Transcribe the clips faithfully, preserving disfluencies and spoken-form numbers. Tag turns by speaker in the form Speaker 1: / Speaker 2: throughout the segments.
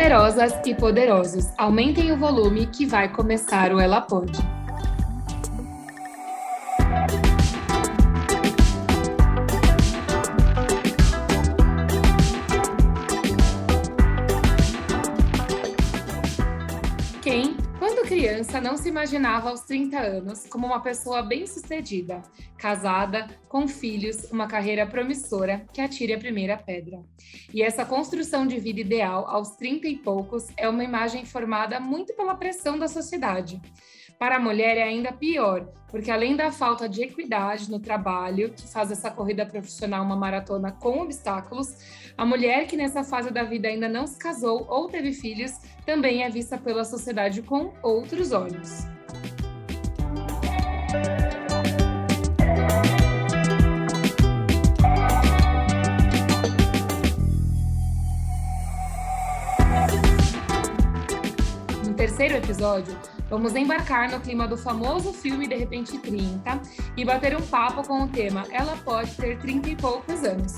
Speaker 1: Poderosas e poderosos, aumentem o volume que vai começar o Ela Pode. Quem, quando criança, não se imaginava aos trinta anos como uma pessoa bem-sucedida, casada, com filhos, uma carreira promissora que atire a primeira pedra. E essa construção de vida ideal aos trinta e poucos é uma imagem formada muito pela pressão da sociedade. Para a mulher é ainda pior, porque além da falta de equidade no trabalho, que faz essa corrida profissional uma maratona com obstáculos, a mulher que nessa fase da vida ainda não se casou ou teve filhos, também é vista pela sociedade com outros olhos. No terceiro episódio, vamos embarcar no clima do famoso filme De Repente trinta e bater um papo com o tema Ela Pode Ter trinta e poucos anos.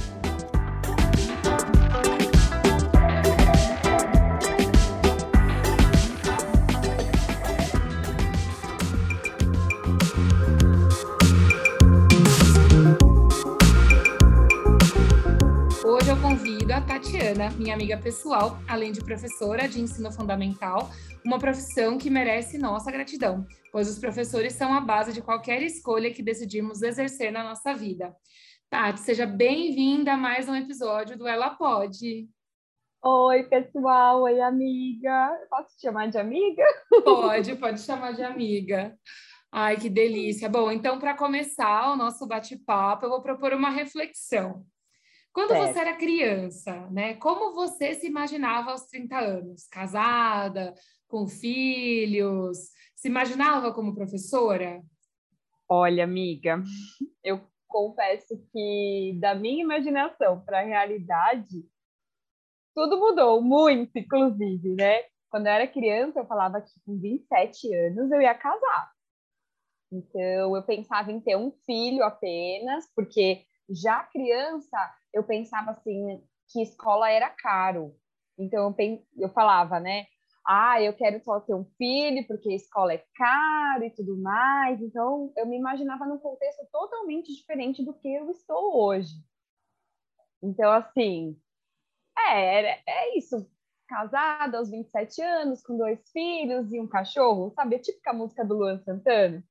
Speaker 1: Hoje eu convido a Tatiana, minha amiga pessoal, além de professora de ensino fundamental, uma profissão que merece nossa gratidão, pois os professores são a base de qualquer escolha que decidimos exercer na nossa vida. Tati, seja bem-vinda a mais um episódio do Ela Pode.
Speaker 2: Oi, pessoal. Oi, amiga. Posso te chamar de amiga?
Speaker 1: Pode, pode chamar de amiga. Ai, que delícia. Bom, então, para começar o nosso bate-papo, eu vou propor uma reflexão. Quando
Speaker 2: Certo.
Speaker 1: você era criança, né? Como você se imaginava aos trinta anos? Casada, com filhos? Se imaginava como professora?
Speaker 2: Olha, amiga, eu confesso que da minha imaginação para a realidade, tudo mudou muito, inclusive, né? Quando eu era criança, eu falava que com vinte e sete anos eu ia casar. Então, eu pensava em ter um filho apenas, porque já criança eu pensava assim que escola era caro. Então, eu, pen... eu falava, né? Ah, eu quero só ter um filho porque a escola é caro e tudo mais. Então, eu me imaginava num contexto totalmente diferente do que eu estou hoje. Então, assim, é, é, é isso. Casada aos vinte e sete anos, com dois filhos e um cachorro, sabe? A típica música do Luan Santana.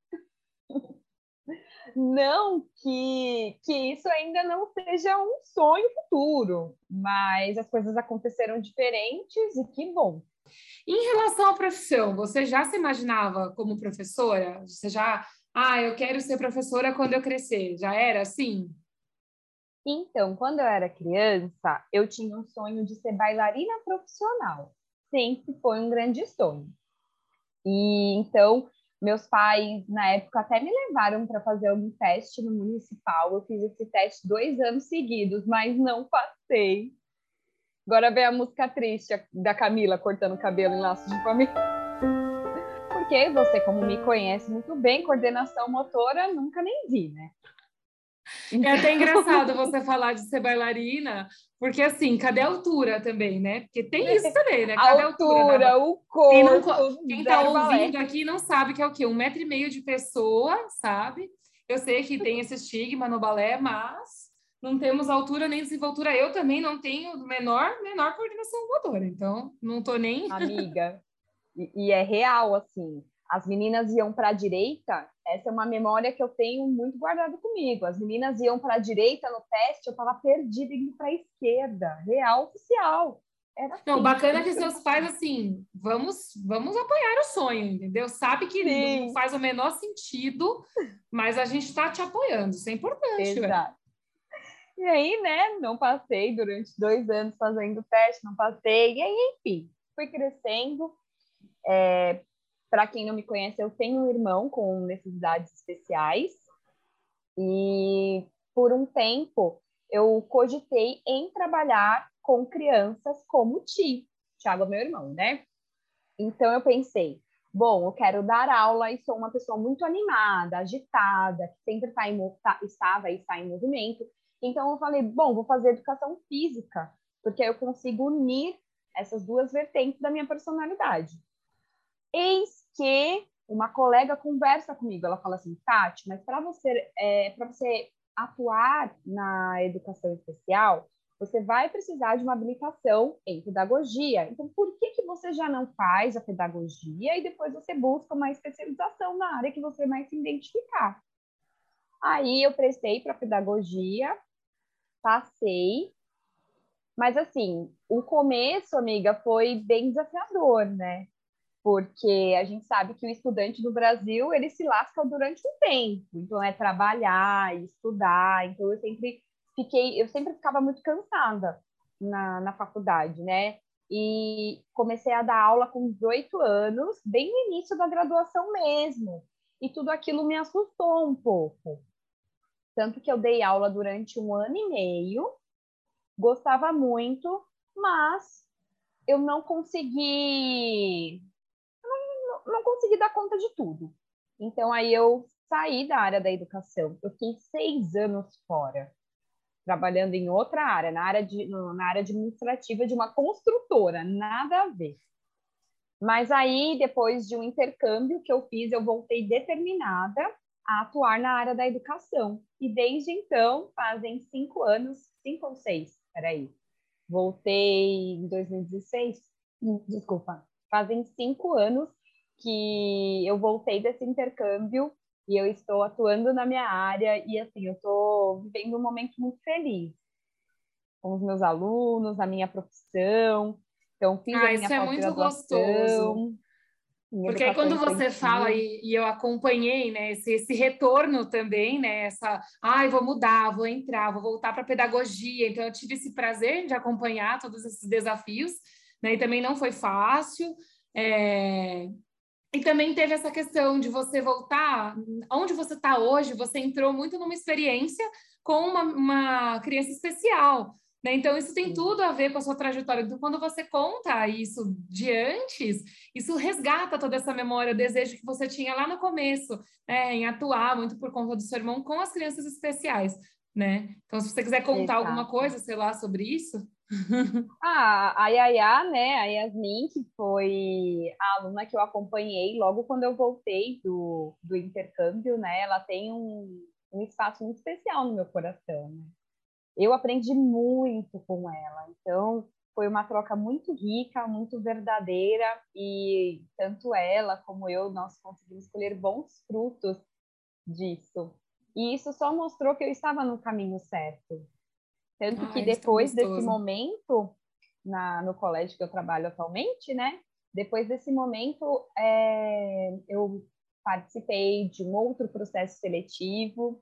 Speaker 2: Não que, que isso ainda não seja um sonho futuro, mas as coisas aconteceram diferentes e que bom.
Speaker 1: Em relação à profissão, você já se imaginava como professora? Você já, ah, eu quero ser professora quando eu crescer. Já era assim?
Speaker 2: Então, quando eu era criança, eu tinha um sonho de ser bailarina profissional. Sempre foi um grande sonho. E então, meus pais, na época, até me levaram para fazer algum teste no municipal. Eu fiz esse teste dois anos seguidos, mas não passei. Agora vem a música triste da Camila cortando o cabelo em laços de família. Porque você, como me conhece muito bem, coordenação motora, nunca nem vi, né?
Speaker 1: É até engraçado você falar de ser bailarina, porque assim, cadê a altura também, né? Porque tem isso também, né?
Speaker 2: A
Speaker 1: Cadê a altura?
Speaker 2: altura,
Speaker 1: Da...
Speaker 2: o
Speaker 1: Quem não...
Speaker 2: corpo,
Speaker 1: Quem tá
Speaker 2: zero balé.
Speaker 1: ouvindo aqui não sabe que é o quê? Um metro e meio de pessoa, sabe? Eu sei que tem esse estigma no balé, mas não temos altura nem desenvoltura. Eu também não tenho menor, menor coordenação motora, então não tô nem...
Speaker 2: Amiga, e, e é real, assim. As meninas iam para a direita, essa é uma memória que eu tenho muito guardada comigo. As meninas iam para a direita no teste, eu estava perdida indo para a esquerda, real oficial. Era assim.
Speaker 1: Não, bacana que seus pais, assim, vamos, vamos apoiar o sonho, entendeu? Sabe que
Speaker 2: Sim.
Speaker 1: não faz o menor sentido, mas a gente está te apoiando, isso é importante.
Speaker 2: Exato. Ué. E aí, né, não passei durante dois anos fazendo teste, não passei. E aí, enfim, fui crescendo. É, Para quem não me conhece, eu tenho um irmão com necessidades especiais. E por um tempo eu cogitei em trabalhar com crianças como Ti. Thiago é meu irmão, né? Então eu pensei, bom, eu quero dar aula e sou uma pessoa muito animada, agitada, que sempre tá em, tá, estava e está em movimento. Então eu falei, bom, vou fazer educação física, porque eu consigo unir essas duas vertentes da minha personalidade. Eis que uma colega conversa comigo, ela fala assim, Tati, mas para você, é, para você atuar na educação especial, você vai precisar de uma habilitação em pedagogia. Então, por que, que você já não faz a pedagogia e depois você busca uma especialização na área que você mais se identificar? Aí eu prestei para pedagogia, passei, mas assim, o começo, amiga, foi bem desafiador, né? Porque a gente sabe que o estudante do Brasil, ele se lasca durante um tempo, então é trabalhar, estudar, então eu sempre fiquei, eu sempre ficava muito cansada na, na faculdade, né? E comecei a dar aula com dezoito anos, bem no início da graduação mesmo, e tudo aquilo me assustou um pouco. Tanto que eu dei aula durante um ano e meio, gostava muito, mas eu não consegui não consegui dar conta de tudo. Então, aí eu saí da área da educação. Eu fiquei seis anos fora, trabalhando em outra área, na área, de, na área administrativa de uma construtora, nada a ver. Mas aí, depois de um intercâmbio que eu fiz, eu voltei determinada a atuar na área da educação. E desde então, fazem cinco anos, cinco ou seis, peraí. Voltei em dois mil e dezesseis, desculpa, fazem cinco anos que eu voltei desse intercâmbio e eu estou atuando na minha área e, assim, eu estou vivendo um momento muito feliz com os meus alunos, na minha profissão. Então, fiz a
Speaker 1: Ah,
Speaker 2: minha
Speaker 1: isso é muito gostoso.
Speaker 2: pós-graduação em
Speaker 1: Porque aí
Speaker 2: educação
Speaker 1: quando você fala,
Speaker 2: infantil.
Speaker 1: e, e eu acompanhei, né, esse, esse retorno também, né, essa, ai, vou mudar, vou entrar, vou voltar para a pedagogia, então eu tive esse prazer de acompanhar todos esses desafios, né, e também não foi fácil, é... e também teve essa questão de você voltar, onde você está hoje, você entrou muito numa experiência com uma, uma criança especial, né? Então, isso tem tudo a ver com a sua trajetória. Então, quando você conta isso de antes, isso resgata toda essa memória, o desejo que você tinha lá no começo, né? Em atuar muito por conta do seu irmão com as crianças especiais, né? Então, se você quiser contar alguma
Speaker 2: Exato.
Speaker 1: coisa, sei lá, sobre isso.
Speaker 2: Ah, a Yaya, né, a Yasmin, que foi a aluna que eu acompanhei logo quando eu voltei do, do intercâmbio, né, ela tem um, um espaço muito especial no meu coração, né? Eu aprendi muito com ela, então foi uma troca muito rica, muito verdadeira, e tanto ela como eu, nós conseguimos colher bons frutos disso. E isso só mostrou que eu estava no caminho certo. Tanto que
Speaker 1: Ah, isso é tão
Speaker 2: depois desse
Speaker 1: gostoso.
Speaker 2: momento, na, no colégio que eu trabalho atualmente, né? Depois desse momento, é, eu participei de um outro processo seletivo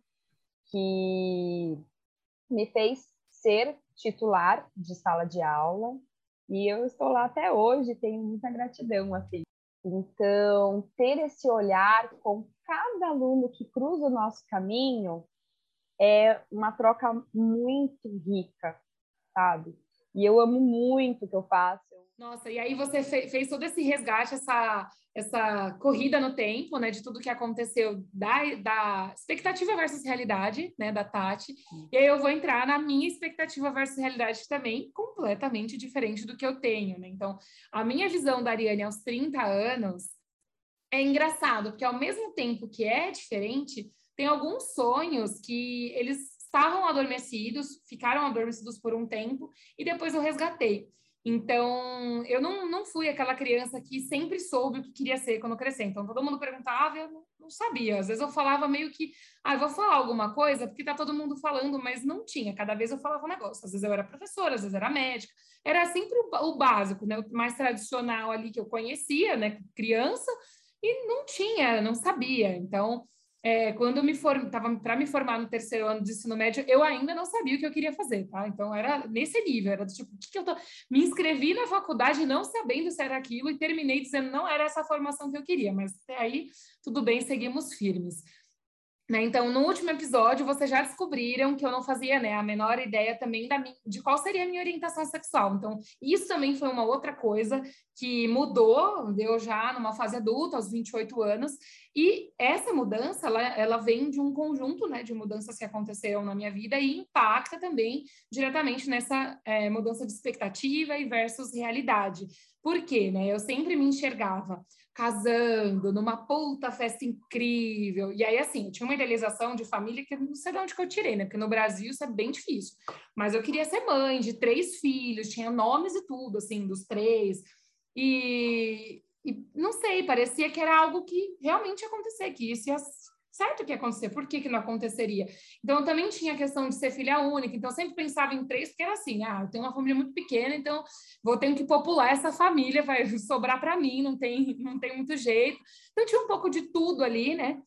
Speaker 2: que me fez ser titular de sala de aula e eu estou lá até hoje, tenho muita gratidão, assim. Então, ter esse olhar com cada aluno que cruza o nosso caminho é uma troca muito rica, sabe? E eu amo muito o que eu faço.
Speaker 1: Nossa, e aí você fe fez todo esse resgate, essa, essa corrida no tempo, né, de tudo que aconteceu da, da expectativa versus realidade, né, da Tati. E aí eu vou entrar na minha expectativa versus realidade também, completamente diferente do que eu tenho, né? Então, a minha visão da Ariane aos trinta anos é engraçado, porque ao mesmo tempo que é diferente, tem alguns sonhos que eles estavam adormecidos, ficaram adormecidos por um tempo, e depois eu resgatei. Então, eu não, não fui aquela criança que sempre soube o que queria ser quando crescer. Então, todo mundo perguntava, eu não, não sabia. Às vezes eu falava meio que, ah, eu vou falar alguma coisa, porque tá todo mundo falando, mas não tinha. Cada vez eu falava um negócio. Às vezes eu era professora, às vezes era médica. Era sempre o, o básico, né? O mais tradicional ali que eu conhecia, né? Criança, e não tinha, não sabia. Então, é, quando eu me formava, para me formar no terceiro ano de ensino médio, eu ainda não sabia o que eu queria fazer, tá? Então, era nesse nível, era do tipo, o que, que eu tô... Me inscrevi na faculdade não sabendo se era aquilo e terminei dizendo não era essa formação que eu queria, mas até aí, tudo bem, seguimos firmes. Né? Então, no último episódio, vocês já descobriram que eu não fazia, né, a menor ideia também da minha, de qual seria a minha orientação sexual. Então, isso também foi uma outra coisa que mudou, deu já numa fase adulta, aos vinte e oito anos, e essa mudança, ela, ela vem de um conjunto, né, de mudanças que aconteceram na minha vida e impacta também diretamente nessa é, mudança de expectativa e versus realidade. Por quê, né? Eu sempre me enxergava casando, numa puta festa incrível. E aí, assim, eu tinha uma idealização de família que eu não sei de onde que eu tirei, né? Porque no Brasil isso é bem difícil. Mas eu queria ser mãe de três filhos, tinha nomes e tudo, assim, dos três. E, e não sei, parecia que era algo que realmente ia acontecer, que isso ia certo que ia acontecer, por que que não aconteceria? Então, eu também tinha a questão de ser filha única, então eu sempre pensava em três, porque era assim, ah, eu tenho uma família muito pequena, então vou ter que popular essa família, vai sobrar para mim, não tem, não tem muito jeito. Então, tinha um pouco de tudo ali, né?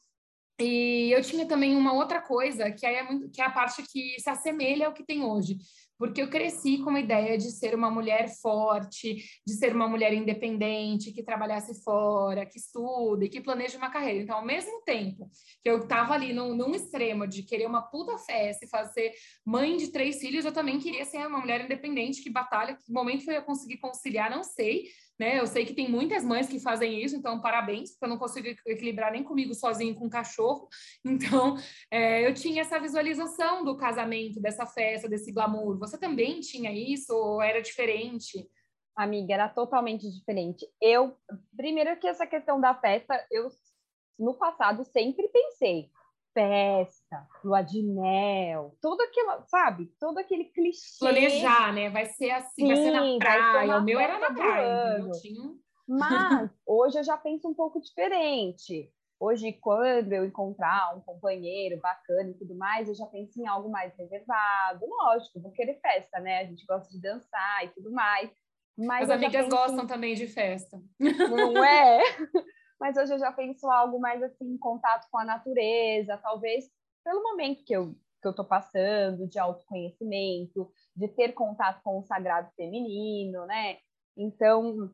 Speaker 1: E eu tinha também uma outra coisa, que, aí é, muito, que é a parte que se assemelha ao que tem hoje. Porque eu cresci com a ideia de ser uma mulher forte, de ser uma mulher independente, que trabalhasse fora, que estude, que planeje uma carreira. Então, ao mesmo tempo que eu estava ali num, num extremo de querer uma puta festa e fazer mãe de três filhos, eu também queria ser uma mulher independente, que batalha, que momento que eu ia conseguir conciliar, não sei, né? Eu sei que tem muitas mães que fazem isso, então parabéns, porque eu não consigo equilibrar nem comigo sozinho com um cachorro. Então, é, eu tinha essa visualização do casamento, dessa festa, desse glamour. Você também tinha isso ou era diferente?
Speaker 2: Amiga, era totalmente diferente. Eu, primeiro que essa questão da festa, eu no passado sempre pensei, festa, lua de mel, tudo aquilo, sabe? Todo aquele clichê.
Speaker 1: Planejar, né? Vai ser assim, vai ser na
Speaker 2: Sim, vai ser
Speaker 1: praia. O
Speaker 2: uma
Speaker 1: meu era
Speaker 2: festa
Speaker 1: na
Speaker 2: do
Speaker 1: praia, entendeu?
Speaker 2: ano.
Speaker 1: Tinha um...
Speaker 2: Mas hoje eu já penso um pouco diferente. Hoje, quando eu encontrar um companheiro bacana e tudo mais, eu já penso em algo mais reservado. Lógico, vou querer festa, né? A gente gosta de dançar e tudo mais. Mas
Speaker 1: As
Speaker 2: eu já
Speaker 1: amigas
Speaker 2: penso
Speaker 1: gostam
Speaker 2: em...
Speaker 1: também de festa.
Speaker 2: Não é? Mas hoje eu já penso algo mais assim, em contato com a natureza, talvez pelo momento que eu que eu tô passando, de autoconhecimento, de ter contato com o sagrado feminino, né? Então,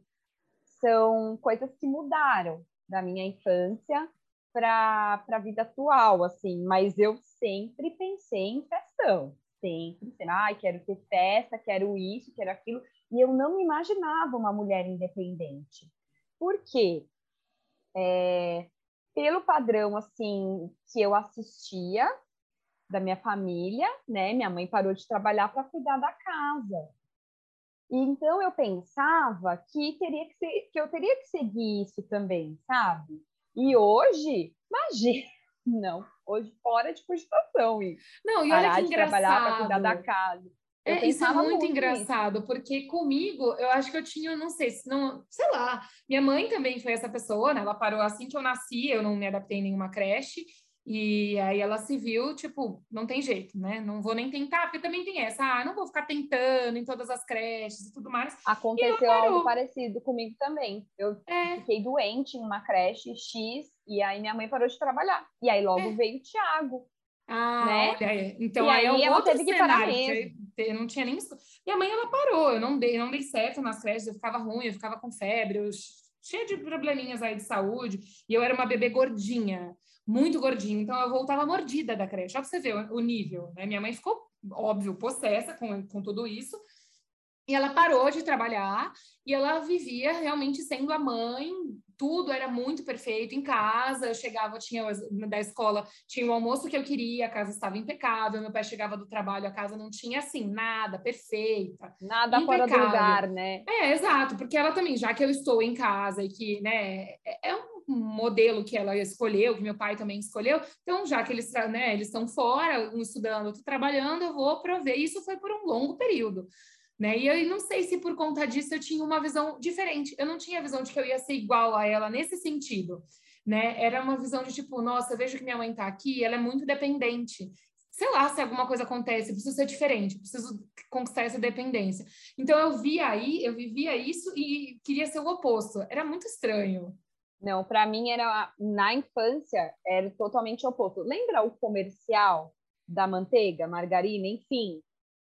Speaker 2: são coisas que mudaram da minha infância para a vida atual, assim, mas eu sempre pensei em festão, sempre, sempre, ai, quero ter festa, quero isso, quero aquilo, e eu não me imaginava uma mulher independente. Por quê? É, pelo padrão, assim, que eu assistia da minha família, né? Minha mãe parou de trabalhar para cuidar da casa. E então eu pensava que teria que ser, que eu teria que seguir isso também, sabe? E hoje, imagina, não, hoje fora de cogitação e
Speaker 1: Não, e olha que
Speaker 2: parar de trabalhar para cuidar da
Speaker 1: engraçado.
Speaker 2: casa. Eu
Speaker 1: É, isso é
Speaker 2: pensava
Speaker 1: muito
Speaker 2: muito nisso.
Speaker 1: engraçado, porque comigo, eu acho que eu tinha, não sei, se não, sei lá, minha mãe também foi essa pessoa, né? Ela parou assim que eu nasci, eu não me adaptei em nenhuma creche, e aí ela se viu, tipo, não tem jeito, né? Não vou nem tentar, porque também tem essa, ah, não vou ficar tentando em todas as creches e tudo mais. E ela
Speaker 2: Aconteceu algo
Speaker 1: parou.
Speaker 2: parecido comigo também. Eu
Speaker 1: É,
Speaker 2: fiquei doente em uma creche X e aí minha mãe parou de trabalhar. E aí logo
Speaker 1: é.
Speaker 2: veio o Thiago,
Speaker 1: Ah,
Speaker 2: né?
Speaker 1: olha aí. Então
Speaker 2: E
Speaker 1: aí é
Speaker 2: aí
Speaker 1: um
Speaker 2: ela
Speaker 1: outro
Speaker 2: teve que parar
Speaker 1: cenário, porque
Speaker 2: mesmo.
Speaker 1: eu não tinha nem. Minha mãe, ela parou, eu não dei, não dei certo nas creches, eu ficava ruim, eu ficava com febre, eu cheia de probleminhas aí de saúde, e eu era uma bebê gordinha, muito gordinha, então eu voltava mordida da creche, só pra você ver o, o nível, né? Minha mãe ficou, óbvio, possessa com, com tudo isso, e ela parou de trabalhar e ela vivia realmente sendo a mãe, tudo era muito perfeito em casa. Eu chegava, tinha da escola, tinha o almoço que eu queria, a casa estava impecável. Meu pai chegava do trabalho, a casa não tinha assim nada, perfeita,
Speaker 2: Nada fora do
Speaker 1: impecável.
Speaker 2: lugar, né?
Speaker 1: É, exato, porque ela também, já que eu estou em casa e que, né, é é um modelo que ela escolheu, que meu pai também escolheu, então já que eles, né, eles estão fora, um estudando, outro trabalhando, eu vou prover. Isso foi por um longo período. Né? E eu não sei se por conta disso eu tinha uma visão diferente. Eu não tinha a visão de que eu ia ser igual a ela nesse sentido, né? Era uma visão de tipo, nossa, eu vejo que minha mãe tá aqui, ela é muito dependente. Sei lá, se alguma coisa acontece, eu preciso ser diferente, preciso conquistar essa dependência. Então eu via aí, eu vivia isso e queria ser o oposto. Era muito estranho.
Speaker 2: Não, para mim era na infância era totalmente oposto. Lembra o comercial da manteiga, margarina, enfim,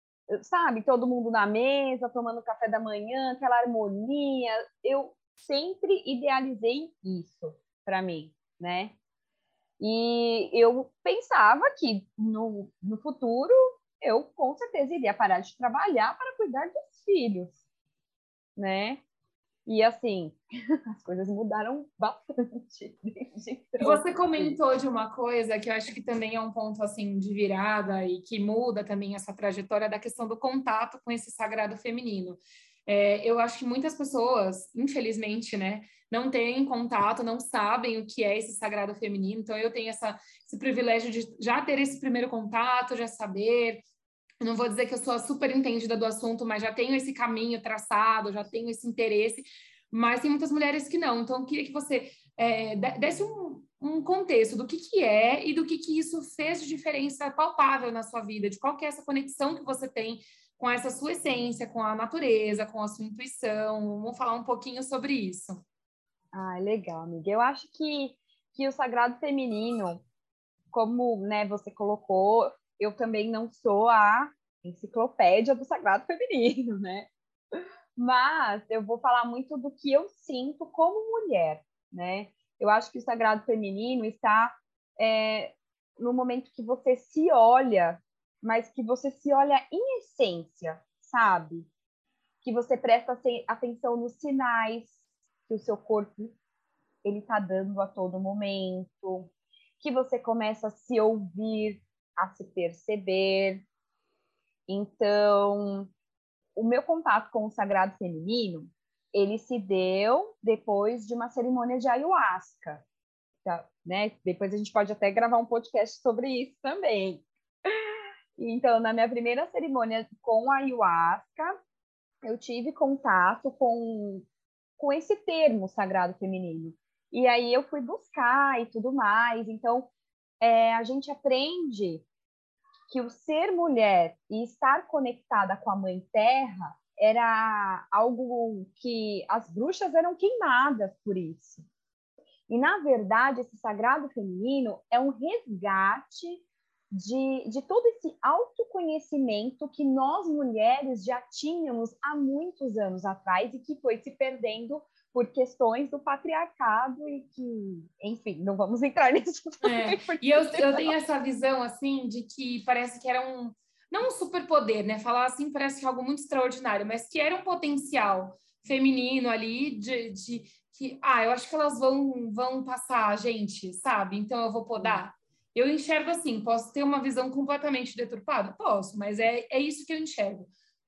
Speaker 2: sabe, todo mundo na mesa, tomando café da manhã, aquela harmonia. Eu sempre idealizei isso para mim, né? E eu pensava que no, no futuro eu com certeza iria parar de trabalhar para cuidar dos filhos, né? E assim, as coisas mudaram bastante desde
Speaker 1: E
Speaker 2: então.
Speaker 1: você comentou de uma coisa que eu acho que também é um ponto assim de virada e que muda também essa trajetória da questão do contato com esse sagrado feminino. É, eu acho que muitas pessoas, infelizmente, né, não têm contato, não sabem o que é esse sagrado feminino. Então, eu tenho essa, esse privilégio de já ter esse primeiro contato, já saber. Eu não vou dizer que eu sou a super entendida do assunto, mas já tenho esse caminho traçado, já tenho esse interesse. Mas tem muitas mulheres que não. Então, eu queria que você é, desse um, um contexto do que, que é e do que, que isso fez de diferença palpável na sua vida, de qual que é essa conexão que você tem com essa sua essência, com a natureza, com a sua intuição. Vamos falar um pouquinho sobre isso.
Speaker 2: Ah, legal, amiga. Eu acho que, que o sagrado feminino, como, né, você colocou, eu também não sou a enciclopédia do sagrado feminino, né? Mas eu vou falar muito do que eu sinto como mulher, né? Eu acho que o sagrado feminino está é, no momento que você se olha, mas que você se olha em essência, sabe? Que você presta atenção nos sinais que o seu corpo ele está dando a todo momento, que você começa a se ouvir, a se perceber. Então, o meu contato com o sagrado feminino, ele se deu depois de uma cerimônia de ayahuasca, tá? Né? Depois a gente pode até gravar um podcast sobre isso também. Então, na minha primeira cerimônia com a ayahuasca, eu tive contato com, com esse termo sagrado feminino. E aí eu fui buscar e tudo mais. Então, é, a gente aprende que o ser mulher e estar conectada com a Mãe Terra era algo que as bruxas eram queimadas por isso. E, na verdade, esse sagrado feminino é um resgate de, de todo esse autoconhecimento que nós mulheres já tínhamos há muitos anos atrás e que foi se perdendo por questões do patriarcado e que, enfim, não vamos entrar nisso.
Speaker 1: É, e eu, eu tenho essa visão, assim, de que parece que era um, não um superpoder, né? Falar assim parece que é algo muito extraordinário, mas que era um potencial feminino ali de, de que, ah, eu acho que elas vão, vão passar a gente, sabe? Então eu vou podar. Eu enxergo assim, posso ter uma visão completamente deturpada? Posso, mas é, é isso que eu enxergo,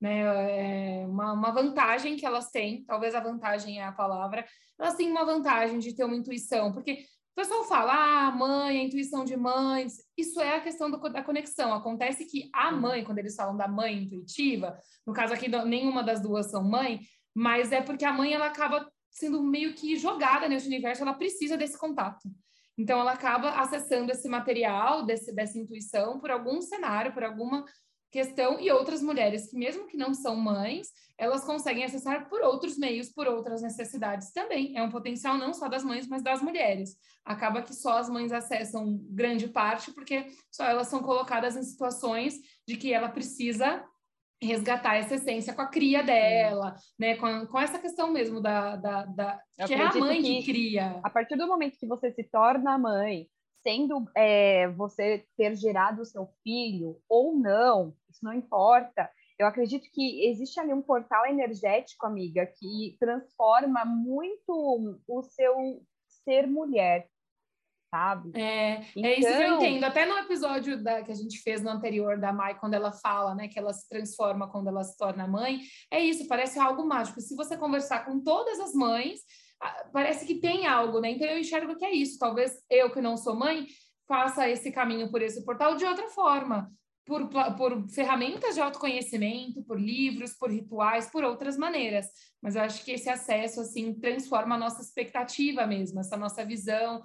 Speaker 1: né? É uma, uma vantagem que elas têm, talvez a vantagem é a palavra, elas têm uma vantagem de ter uma intuição, porque o pessoal fala, ah, mãe, a intuição de mães, isso é a questão do, da conexão. Acontece que a mãe, quando eles falam da mãe intuitiva, no caso aqui nenhuma das duas são mãe, mas é porque a mãe ela acaba sendo meio que jogada nesse universo, ela precisa desse contato. Então ela acaba acessando esse material, desse, dessa intuição, por algum cenário, por alguma questão, e outras mulheres que mesmo que não são mães, elas conseguem acessar por outros meios, por outras necessidades também. É um potencial não só das mães, mas das mulheres. Acaba que só as mães acessam grande parte, porque só elas são colocadas em situações de que ela precisa resgatar essa essência com a cria dela, né? Com, com essa questão mesmo da, da, da
Speaker 2: Eu
Speaker 1: que é a mãe
Speaker 2: que,
Speaker 1: que cria.
Speaker 2: A partir do momento que você se torna mãe, sendo é, você ter gerado o seu filho ou não, isso não importa. Eu acredito que existe ali um portal energético, amiga, que transforma muito o seu ser mulher, sabe?
Speaker 1: É,
Speaker 2: Então,
Speaker 1: é isso que eu entendo. Até no episódio da, que a gente fez no anterior da Mai, quando ela fala, né, que ela se transforma quando ela se torna mãe, é isso, parece algo mágico. Se você conversar com todas as mães, parece que tem algo, né? Então eu enxergo que é isso. Talvez eu, que não sou mãe, faça esse caminho por esse portal de outra forma. Por, por ferramentas de autoconhecimento, por livros, por rituais, por outras maneiras. Mas eu acho que esse acesso, assim, transforma a nossa expectativa mesmo, essa nossa visão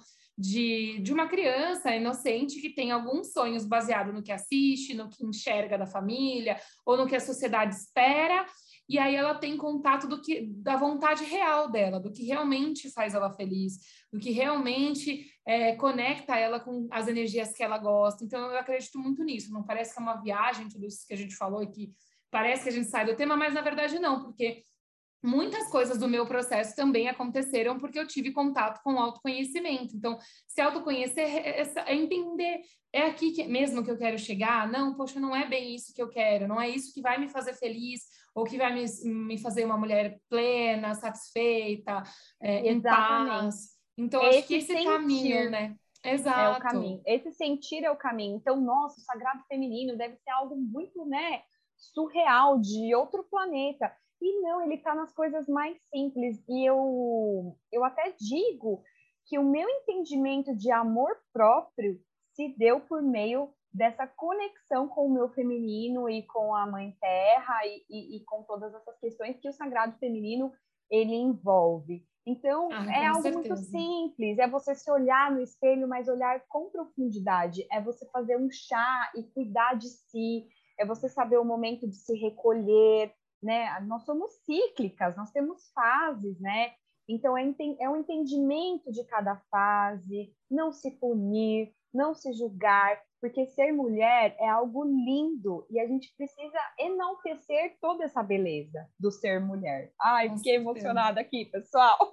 Speaker 1: de, de uma criança inocente que tem alguns sonhos baseados no que assiste, no que enxerga da família, ou no que a sociedade espera, e aí ela tem contato do que, da vontade real dela, do que realmente faz ela feliz, do que realmente é, conecta ela com as energias que ela gosta. Então, eu acredito muito nisso. Não parece que é uma viagem, tudo isso que a gente falou, e que parece que a gente sai do tema, mas na verdade não, porque muitas coisas do meu processo também aconteceram porque eu tive contato com o autoconhecimento. Então, se autoconhecer é, é, é entender, é aqui que, mesmo que eu quero chegar? Não, poxa, não é bem isso que eu quero, não é isso que vai me fazer feliz ou que vai me, me fazer uma mulher plena, satisfeita, é, em
Speaker 2: Exatamente.
Speaker 1: paz. Então, acho que
Speaker 2: Esse
Speaker 1: esse caminho,
Speaker 2: sentir
Speaker 1: né?
Speaker 2: é o
Speaker 1: Exato.
Speaker 2: caminho. Esse sentir é o caminho. Então, nossa, o sagrado feminino deve ser algo muito, né, surreal, de outro planeta. E não, ele está nas coisas mais simples. E eu, eu até digo que o meu entendimento de amor próprio se deu por meio dessa conexão com o meu feminino e com a Mãe Terra e, e, e com todas essas questões que o sagrado feminino ele envolve. Então,
Speaker 1: Ah,
Speaker 2: é
Speaker 1: com
Speaker 2: algo muito
Speaker 1: certeza.
Speaker 2: simples, é você se olhar no espelho, mas olhar com profundidade, é você fazer um chá e cuidar de si, é você saber o momento de se recolher, né? Nós somos cíclicas, nós temos fases, né? Então, é, é um entendimento de cada fase, não se punir, não se julgar, porque ser mulher é algo lindo e a gente precisa enaltecer toda essa beleza do ser mulher. Ai,
Speaker 1: Com
Speaker 2: fiquei
Speaker 1: certeza.
Speaker 2: emocionada aqui, pessoal.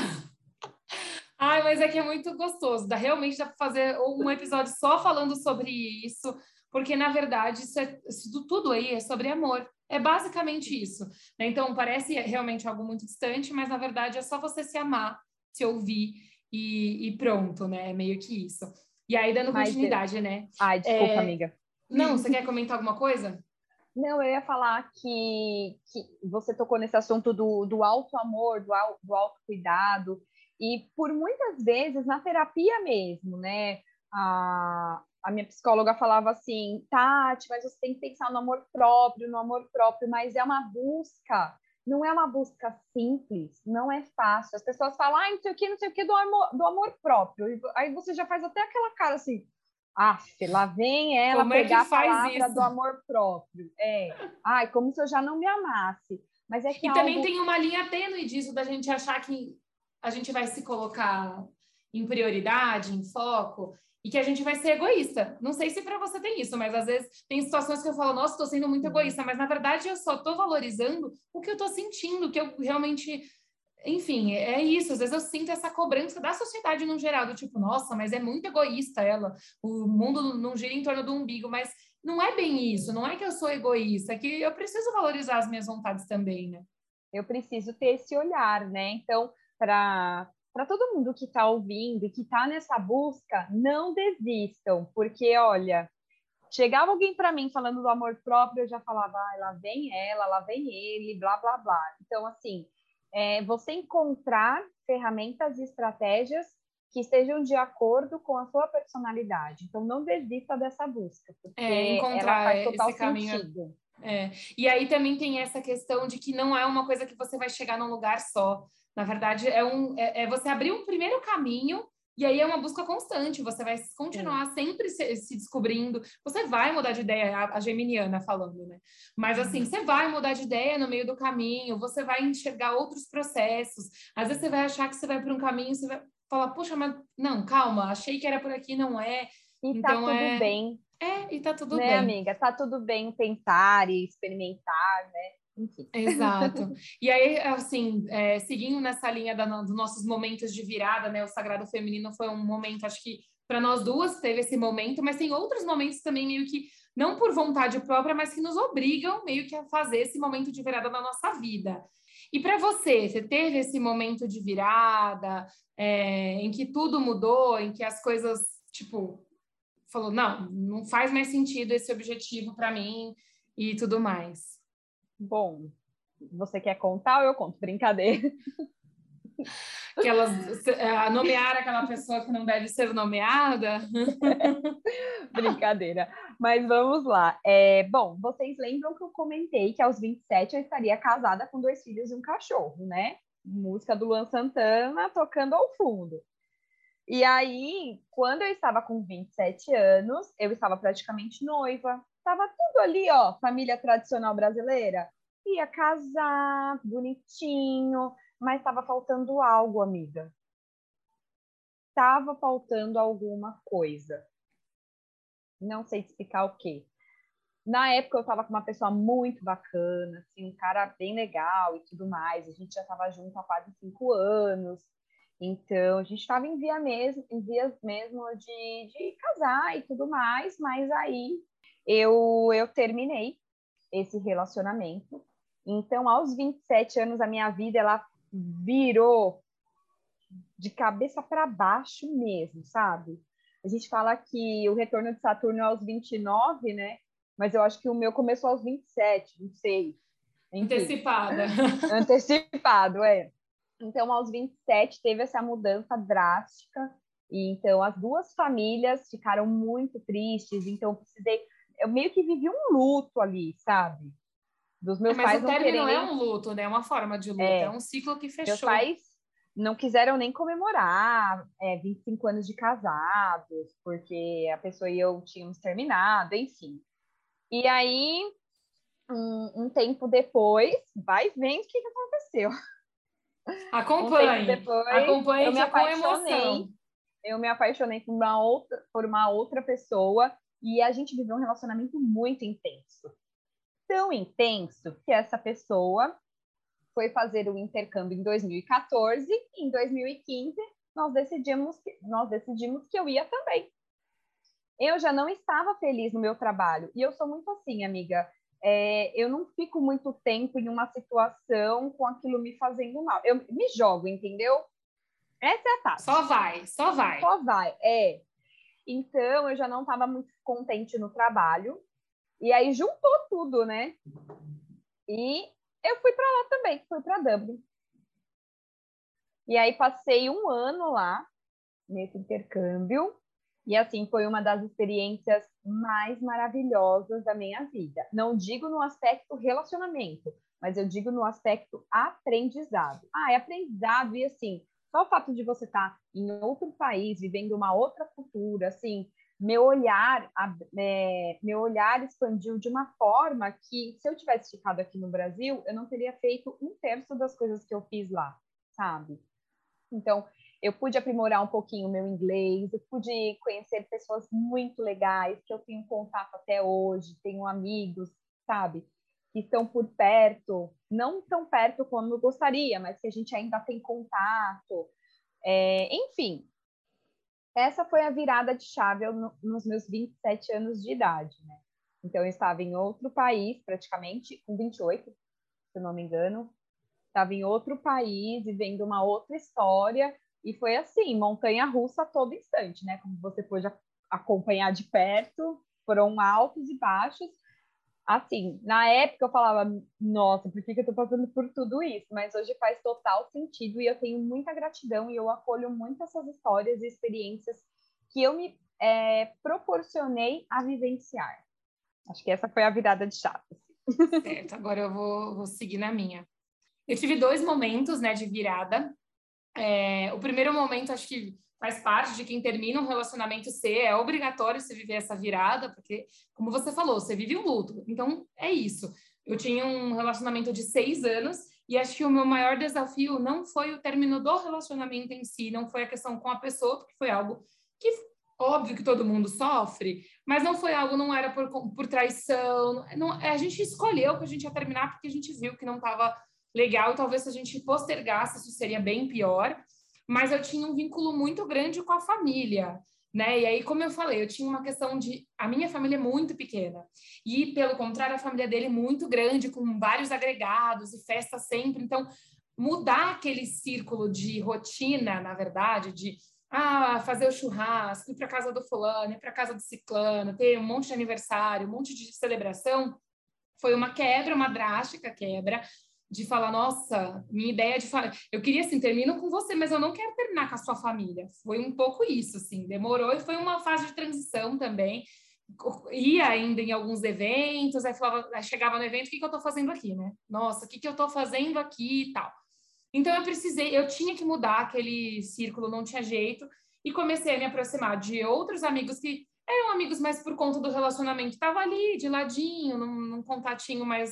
Speaker 1: Ai, mas é que é muito gostoso. Dá, realmente dá para fazer um episódio só falando sobre isso, porque na verdade isso é isso tudo aí é sobre amor. É basicamente isso, né? Então parece realmente algo muito distante, mas na verdade é só você se amar, se ouvir e, e pronto, né? É meio que isso. E aí, dando
Speaker 2: Mas, eu...
Speaker 1: continuidade, né?
Speaker 2: ai, desculpa,
Speaker 1: É...
Speaker 2: amiga.
Speaker 1: Não, você quer comentar alguma coisa?
Speaker 2: Não, eu ia falar que, que você tocou nesse assunto do, do auto-amor, do, au, do autocuidado, e por muitas vezes na terapia mesmo, né? A, a minha psicóloga falava assim, Tati, mas você tem que pensar no amor próprio, no amor próprio, mas é uma busca, não é uma busca simples, não é fácil. As pessoas falam, ah, não sei o que, não sei o que do amor, do amor próprio. Aí você já faz até aquela cara assim, Aff, lá vem ela
Speaker 1: Como é que
Speaker 2: pegar a
Speaker 1: faz
Speaker 2: palavra
Speaker 1: isso?
Speaker 2: do amor próprio. É, ai, como se eu já não me amasse. Mas é que é
Speaker 1: E também
Speaker 2: algo.
Speaker 1: tem uma linha tênue disso da gente achar que a gente vai se colocar em prioridade, em foco, e que a gente vai ser egoísta. Não sei se para você tem isso, mas às vezes tem situações que eu falo, nossa, estou sendo muito
Speaker 2: Sim.
Speaker 1: egoísta, mas na verdade eu só estou valorizando o que eu estou sentindo, o que eu realmente. Enfim, é isso. Às vezes eu sinto essa cobrança da sociedade no geral, do tipo, nossa, mas é muito egoísta ela. O mundo não gira em torno do umbigo, mas não é bem isso. Não é que eu sou egoísta, é que eu preciso valorizar as minhas vontades também, né?
Speaker 2: Eu preciso ter esse olhar, né? Então, para para todo mundo que está ouvindo e que está nessa busca, não desistam, porque olha, chegava alguém para mim falando do amor próprio, eu já falava, ah, lá vem ela, lá vem ele, blá blá blá. Então, assim, é, você encontrar ferramentas e estratégias que estejam de acordo com a sua personalidade. Então, não desista dessa busca,
Speaker 1: É,
Speaker 2: porque ela
Speaker 1: encontrar
Speaker 2: faz total
Speaker 1: esse caminho.
Speaker 2: sentido.
Speaker 1: É. E aí também tem essa questão de que não é uma coisa que você vai chegar num lugar só. Na verdade, é, um, é, é você abrir um primeiro caminho e aí é uma busca constante. Você vai
Speaker 2: Sim.
Speaker 1: continuar sempre se, se descobrindo. Você vai mudar de ideia, a, a geminiana falando, né? Mas assim,
Speaker 2: Uhum.
Speaker 1: você vai mudar de ideia no meio do caminho, você vai enxergar outros processos. Às vezes você vai achar que você vai por um caminho, você vai falar, puxa, mas não, calma, achei que era por aqui, não é.
Speaker 2: E tá
Speaker 1: Então
Speaker 2: tudo
Speaker 1: é,
Speaker 2: bem,
Speaker 1: é, e tá tudo
Speaker 2: né,
Speaker 1: bem.
Speaker 2: amiga? Tá tudo bem tentar e experimentar, né? Enfim.
Speaker 1: Exato. E aí, assim, é, seguindo nessa linha da, dos nossos momentos de virada, né? O Sagrado Feminino foi um momento, acho que para nós duas teve esse momento, mas tem outros momentos também meio que, não por vontade própria, mas que nos obrigam meio que a fazer esse momento de virada na nossa vida. E para você, você teve esse momento de virada, é, em que tudo mudou, em que as coisas, tipo, falou, não, não faz mais sentido esse objetivo para mim e tudo mais.
Speaker 2: Bom, você quer contar ou eu conto? Brincadeira.
Speaker 1: Que elas uh, nomear aquela pessoa que não deve ser nomeada.
Speaker 2: Brincadeira. Mas vamos lá. É, bom, vocês lembram que eu comentei que aos vinte e sete eu estaria casada com dois filhos e um cachorro, né? Música do Luan Santana tocando ao fundo. E aí, quando eu estava com vinte e sete anos, eu estava praticamente noiva. Estava tudo ali, ó, família tradicional brasileira. Ia casar, bonitinho, mas estava faltando algo, amiga. Estava faltando alguma coisa. Não sei te explicar o quê. Na época eu estava com uma pessoa muito bacana, assim, um cara bem legal e tudo mais. A gente já estava junto há quase cinco anos. Então, a gente estava em, via mesmo, em vias mesmo de, de casar e tudo mais, mas aí eu, eu terminei esse relacionamento. Então, aos vinte e sete anos, a minha vida ela virou de cabeça para baixo mesmo, sabe? A gente fala que o retorno de Saturno é aos vinte e nove, né? Mas eu acho que o meu começou aos vinte e sete, não sei. Enfim.
Speaker 1: Antecipada.
Speaker 2: Antecipado, é. Então, aos vinte e sete, teve essa mudança drástica. E então, as duas famílias ficaram muito tristes. Então, eu precisei... Eu meio que vivi um luto ali, sabe? Dos meus
Speaker 1: É, mas
Speaker 2: pais
Speaker 1: o
Speaker 2: não
Speaker 1: término é
Speaker 2: quererem...
Speaker 1: um luto, né? É uma forma de luto. É
Speaker 2: É,
Speaker 1: um ciclo que
Speaker 2: meus
Speaker 1: fechou.
Speaker 2: pais não quiseram nem comemorar é, vinte e cinco anos de casados, porque a pessoa e eu tínhamos terminado, enfim. E aí, um, um tempo depois, vai vendo o que, que aconteceu. Um tempo
Speaker 1: Acompanhe.
Speaker 2: depois, eu
Speaker 1: Acompanhe
Speaker 2: me
Speaker 1: que é com
Speaker 2: apaixonei,
Speaker 1: emoção.
Speaker 2: eu me apaixonei por uma outra, por uma outra pessoa e a gente viveu um relacionamento muito intenso. Tão intenso que essa pessoa foi fazer o intercâmbio em dois mil e quatorze e em dois mil e quinze nós decidimos que, nós decidimos que eu ia também. Eu já não estava feliz no meu trabalho e eu sou muito assim, amiga. É, eu não fico muito tempo em uma situação com aquilo me fazendo mal. Eu me jogo, entendeu? Essa é a
Speaker 1: Só
Speaker 2: tática.
Speaker 1: vai, só vai.
Speaker 2: Só vai, é. Então, eu já não estava muito contente no trabalho. E aí juntou tudo, né? E eu fui para lá também, fui para Dublin. E aí passei um ano lá, nesse intercâmbio. E assim, foi uma das experiências mais maravilhosas da minha vida. Não digo no aspecto relacionamento, mas eu digo no aspecto aprendizado. Ah, é aprendizado e assim, só o fato de você estar em outro país, vivendo uma outra cultura, assim, meu olhar, é, meu olhar expandiu de uma forma que, se eu tivesse ficado aqui no Brasil, eu não teria feito um terço das coisas que eu fiz lá, sabe? Então, eu pude aprimorar um pouquinho o meu inglês, eu pude conhecer pessoas muito legais, que eu tenho contato até hoje, tenho amigos, sabe, que estão por perto, não tão perto como eu gostaria, mas que a gente ainda tem contato. É, enfim, essa foi a virada de chave no, nos meus vinte e sete anos de idade, né? Então, eu estava em outro país, praticamente, com vinte e oito, se eu não me engano, estava em outro país, vivendo uma outra história, e foi assim, montanha-russa a todo instante, né? Como você pôde acompanhar de perto, foram altos e baixos. Assim, na época eu falava, nossa, por que, que eu tô passando por tudo isso? Mas hoje faz total sentido e eu tenho muita gratidão e eu acolho muito essas histórias e experiências que eu me é, proporcionei a vivenciar. Acho que essa foi a virada de chave.
Speaker 1: Certo, agora eu vou, vou seguir na minha. Eu tive dois momentos, né, de virada. É, o primeiro momento, acho que faz parte de quem termina um relacionamento ser, é obrigatório você viver essa virada, porque, como você falou, você vive um luto. Então, é isso. Eu tinha um relacionamento de seis anos e acho que o meu maior desafio não foi o término do relacionamento em si, não foi a questão com a pessoa, porque foi algo que, óbvio que todo mundo sofre, mas não foi algo, não era por, por traição. Não, a gente escolheu que a gente ia terminar porque a gente viu que não estava legal, e talvez se a gente postergasse, isso seria bem pior, mas eu tinha um vínculo muito grande com a família, né? E aí, como eu falei, eu tinha uma questão de... A minha família é muito pequena, e, pelo contrário, a família dele é muito grande, com vários agregados e festa sempre, então, mudar aquele círculo de rotina, na verdade, de ah, fazer o churrasco, ir para casa do fulano, ir para casa do ciclano, ter um monte de aniversário, um monte de celebração, foi uma quebra, uma drástica quebra, de falar, nossa, minha ideia de falar, eu queria assim, termino com você, mas eu não quero terminar com a sua família. Foi um pouco isso, assim, demorou e foi uma fase de transição também. Ia ainda em alguns eventos, aí, falava, aí chegava no evento, o que, que eu tô fazendo aqui, né? Nossa, o que, que eu tô fazendo aqui e tal. Então eu precisei, eu tinha que mudar aquele círculo, não tinha jeito, e comecei a me aproximar de outros amigos que eram amigos mais por conta do relacionamento, tava ali, de ladinho, num, num contatinho mais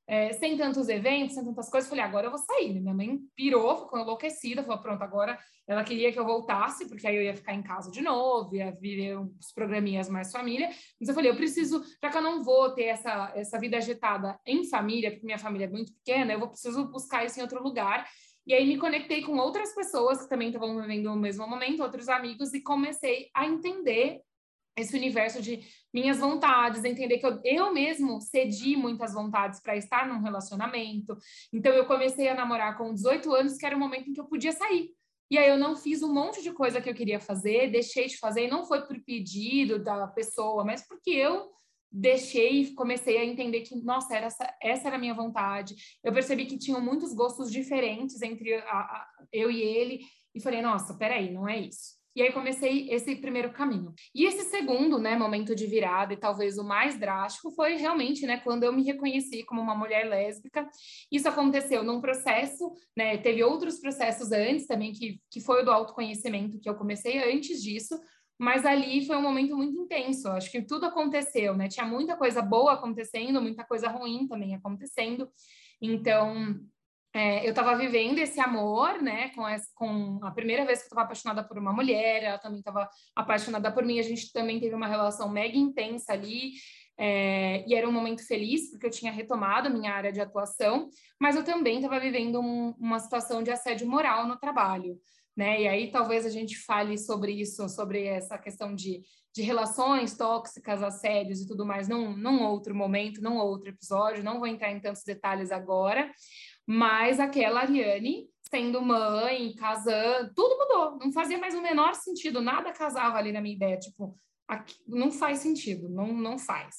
Speaker 1: é, sem tantos eventos, sem tantas coisas. Falei, agora eu vou sair. Minha mãe pirou, ficou enlouquecida, falou, pronto, agora ela queria que eu voltasse, porque aí eu ia ficar em casa de novo, ia viver uns programinhas mais família. Mas eu falei, eu preciso, já que eu não vou ter essa, essa vida agitada em família, porque minha família é muito pequena, eu vou preciso buscar isso em outro lugar. E aí me conectei com outras pessoas que também estavam vivendo o mesmo momento, outros amigos, e comecei a entender esse universo de minhas vontades, entender que eu, eu mesmo cedi muitas vontades para estar num relacionamento. Então, eu comecei a namorar com dezoito anos, que era o momento em que eu podia sair. E aí, eu não fiz um monte de coisa que eu queria fazer, deixei de fazer, e não foi por pedido da pessoa, mas porque eu deixei e comecei a entender que, nossa, era essa, essa era a minha vontade. Eu percebi que tinham muitos gostos diferentes entre a, a, eu e ele, e falei, nossa, peraí, não é isso. E aí comecei esse primeiro caminho. E esse segundo, né, momento de virada, e talvez o mais drástico, foi realmente, né, quando eu me reconheci como uma mulher lésbica. Isso aconteceu num processo, né, teve outros processos antes também, que, que foi o do autoconhecimento, que eu comecei antes disso, mas ali foi um momento muito intenso. Acho que tudo aconteceu, né? Tinha muita coisa boa acontecendo, muita coisa ruim também acontecendo. Então, É, eu estava vivendo esse amor, né, com, essa, com a primeira vez que eu estava apaixonada por uma mulher, ela também estava apaixonada por mim, a gente também teve uma relação mega intensa ali, é, e era um momento feliz, porque eu tinha retomado minha área de atuação, mas eu também estava vivendo um, uma situação de assédio moral no trabalho, né, e aí talvez a gente fale sobre isso, sobre essa questão de, de relações tóxicas, assédios e tudo mais, num, num outro momento, num outro episódio, não vou entrar em tantos detalhes agora, mas aquela Ariane, sendo mãe, casando, tudo mudou. Não fazia mais o menor sentido, nada casava ali na minha ideia. Tipo, aqui, não faz sentido, não, não faz.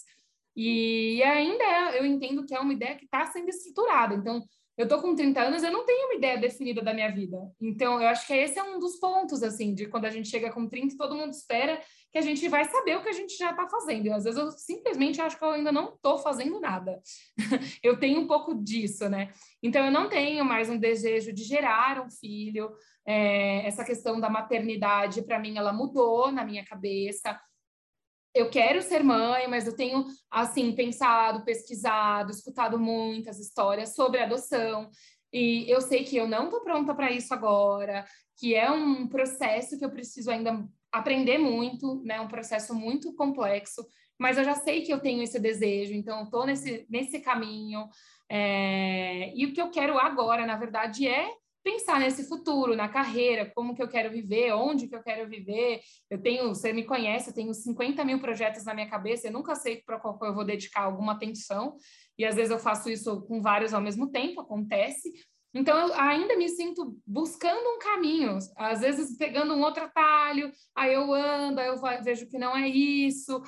Speaker 1: E ainda é, eu entendo que é uma ideia que está sendo estruturada. Então, eu tô com trinta anos, eu não tenho uma ideia definida da minha vida. Então, eu acho que esse é um dos pontos, assim, de quando a gente chega com trinta, todo mundo espera que a gente vai saber o que a gente já está fazendo. E às vezes eu simplesmente acho que eu ainda não estou fazendo nada. Eu tenho um pouco disso, né? Então, eu não tenho mais um desejo de gerar um filho. É, essa questão da maternidade, para mim, ela mudou na minha cabeça. Eu quero ser mãe, mas eu tenho, assim, pensado, pesquisado, escutado muitas histórias sobre adoção. E eu sei que eu não estou pronta para isso agora, que é um processo que eu preciso ainda aprender muito, né? Um processo muito complexo, mas eu já sei que eu tenho esse desejo, então estou nesse, nesse caminho. É... E o que eu quero agora, na verdade, é pensar nesse futuro, na carreira, como que eu quero viver, onde que eu quero viver. Eu tenho, você me conhece, eu tenho cinquenta mil projetos na minha cabeça, eu nunca sei para qual eu vou dedicar alguma atenção, e às vezes eu faço isso com vários ao mesmo tempo, acontece. Então, eu ainda me sinto buscando um caminho, às vezes pegando um outro atalho, aí eu ando, aí eu vejo que não é isso,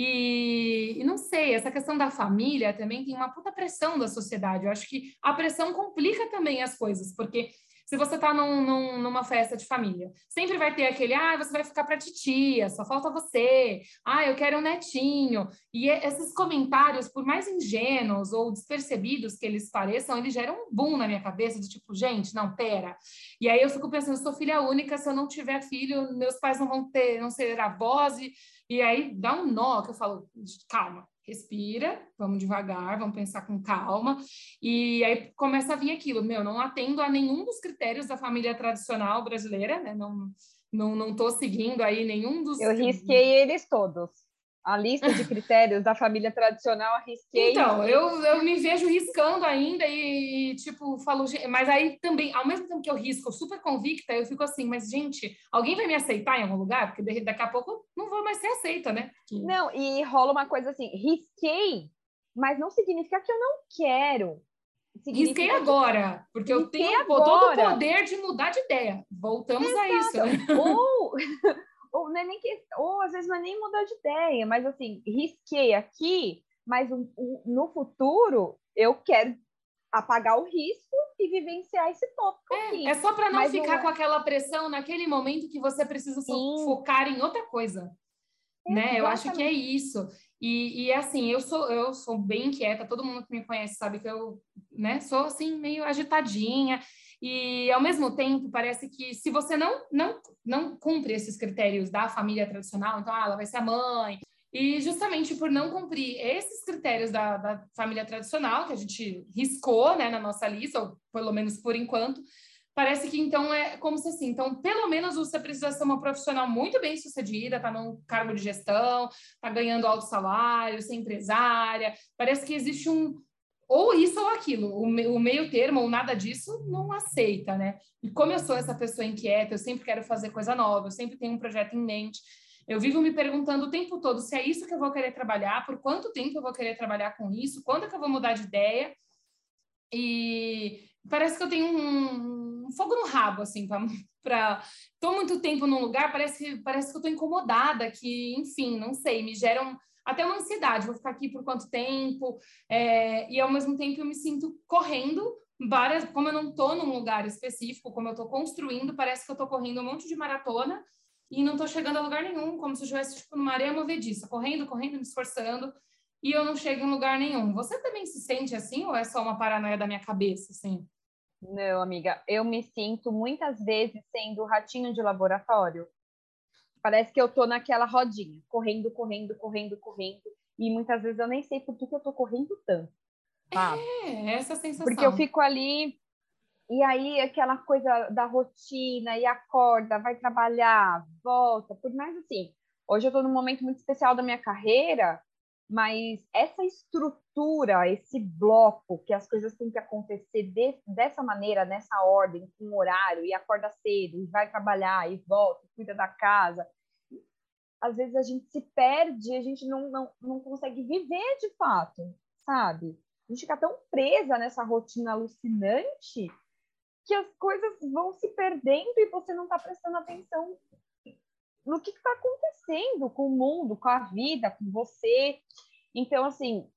Speaker 1: e, e não sei, essa questão da família também tem uma puta pressão da sociedade. Eu acho que a pressão complica também as coisas, porque se você está num, num, numa festa de família, sempre vai ter aquele, ah, você vai ficar para titia, só falta você, ah, eu quero um netinho. E esses comentários, por mais ingênuos ou despercebidos que eles pareçam, eles geram um boom na minha cabeça, de tipo, gente, não, pera. E aí eu fico pensando, eu sou filha única, se eu não tiver filho, meus pais não vão ter, não ser avós, e, e aí dá um nó, que eu falo, calma. Respira, vamos devagar, vamos pensar com calma. E aí começa a vir aquilo, meu, não atendo a nenhum dos critérios da família tradicional brasileira, né? Não, não, não tô seguindo aí nenhum dos...
Speaker 2: Eu risquei eles todos. A lista de critérios da família tradicional, arrisquei.
Speaker 1: Então, eu, eu me vejo riscando ainda e, tipo, falo... Mas aí também, ao mesmo tempo que eu risco, super convicta, eu fico assim, mas, gente, alguém vai me aceitar em algum lugar? Porque daqui a pouco eu não vou mais ser aceita, né? Porque...
Speaker 2: Não, e rola uma coisa assim, risquei, mas não significa que eu não quero. Significa
Speaker 1: risquei agora, porque eu tenho
Speaker 2: agora.
Speaker 1: todo o poder de mudar de ideia. Voltamos
Speaker 2: Exato.
Speaker 1: a isso, né?
Speaker 2: Ou... ou, não é nem que, ou às vezes não é nem mudar de ideia, mas assim, risquei aqui, mas um, um, no futuro eu quero apagar o risco e vivenciar esse tópico
Speaker 1: é,
Speaker 2: aqui.
Speaker 1: É só para não
Speaker 2: mas
Speaker 1: ficar
Speaker 2: não...
Speaker 1: com aquela pressão naquele momento que você precisa Sim. focar em outra coisa. Né? Eu acho que é isso. E, e assim, eu sou, eu sou bem inquieta, todo mundo que me conhece sabe que eu, né, sou assim, meio agitadinha. E ao mesmo tempo, parece que se você não, não, não cumpre esses critérios da família tradicional, então ah, ela vai ser a mãe, E justamente por não cumprir esses critérios da, da família tradicional, que a gente riscou, né, na nossa lista, ou pelo menos por enquanto, parece que então é como se assim, então pelo menos você precisa ser uma profissional muito bem sucedida, tá num cargo de gestão, tá ganhando alto salário, ser empresária, parece que existe um ou isso ou aquilo, o, me, o meio termo ou nada disso não aceita, né? E como eu sou essa pessoa inquieta, eu sempre quero fazer coisa nova, eu sempre tenho um projeto em mente, eu vivo me perguntando o tempo todo se é isso que eu vou querer trabalhar, por quanto tempo eu vou querer trabalhar com isso, quando é que eu vou mudar de ideia, e parece que eu tenho um, um fogo no rabo, assim, para... Estou muito tempo num lugar, parece que, parece que eu estou incomodada, que, enfim, não sei, me geram até uma ansiedade, vou ficar aqui por quanto tempo, é, e ao mesmo tempo eu me sinto correndo várias, como eu não estou num lugar específico, como eu estou construindo, parece que eu estou correndo um monte de maratona e não estou chegando a lugar nenhum, como se eu estivesse tipo, numa areia movediça, correndo, correndo, me esforçando, e eu não chego em lugar nenhum. Você também se sente assim ou é só uma paranoia da minha cabeça, assim?
Speaker 2: Não, amiga, eu me sinto muitas vezes sendo ratinho de laboratório. Parece que eu tô naquela rodinha, correndo, correndo, correndo, correndo, e muitas vezes eu nem sei por que que eu tô correndo tanto, sabe?
Speaker 1: É, essa
Speaker 2: Porque eu
Speaker 1: sensação.
Speaker 2: fico ali, e aí aquela coisa da rotina, e acorda, vai trabalhar, volta, por mais assim. Hoje eu tô num momento muito especial da minha carreira, mas essa estrutura, esse bloco, que as coisas têm que acontecer de, dessa maneira, nessa ordem, com horário, e acorda cedo, e vai trabalhar, e volta, cuida da casa. Às vezes a gente se perde, a gente não, não, não consegue viver de fato, sabe? A gente fica tão presa nessa rotina alucinante que as coisas vão se perdendo e você não está prestando atenção no que está acontecendo com o mundo, com a vida, com você. Então, assim,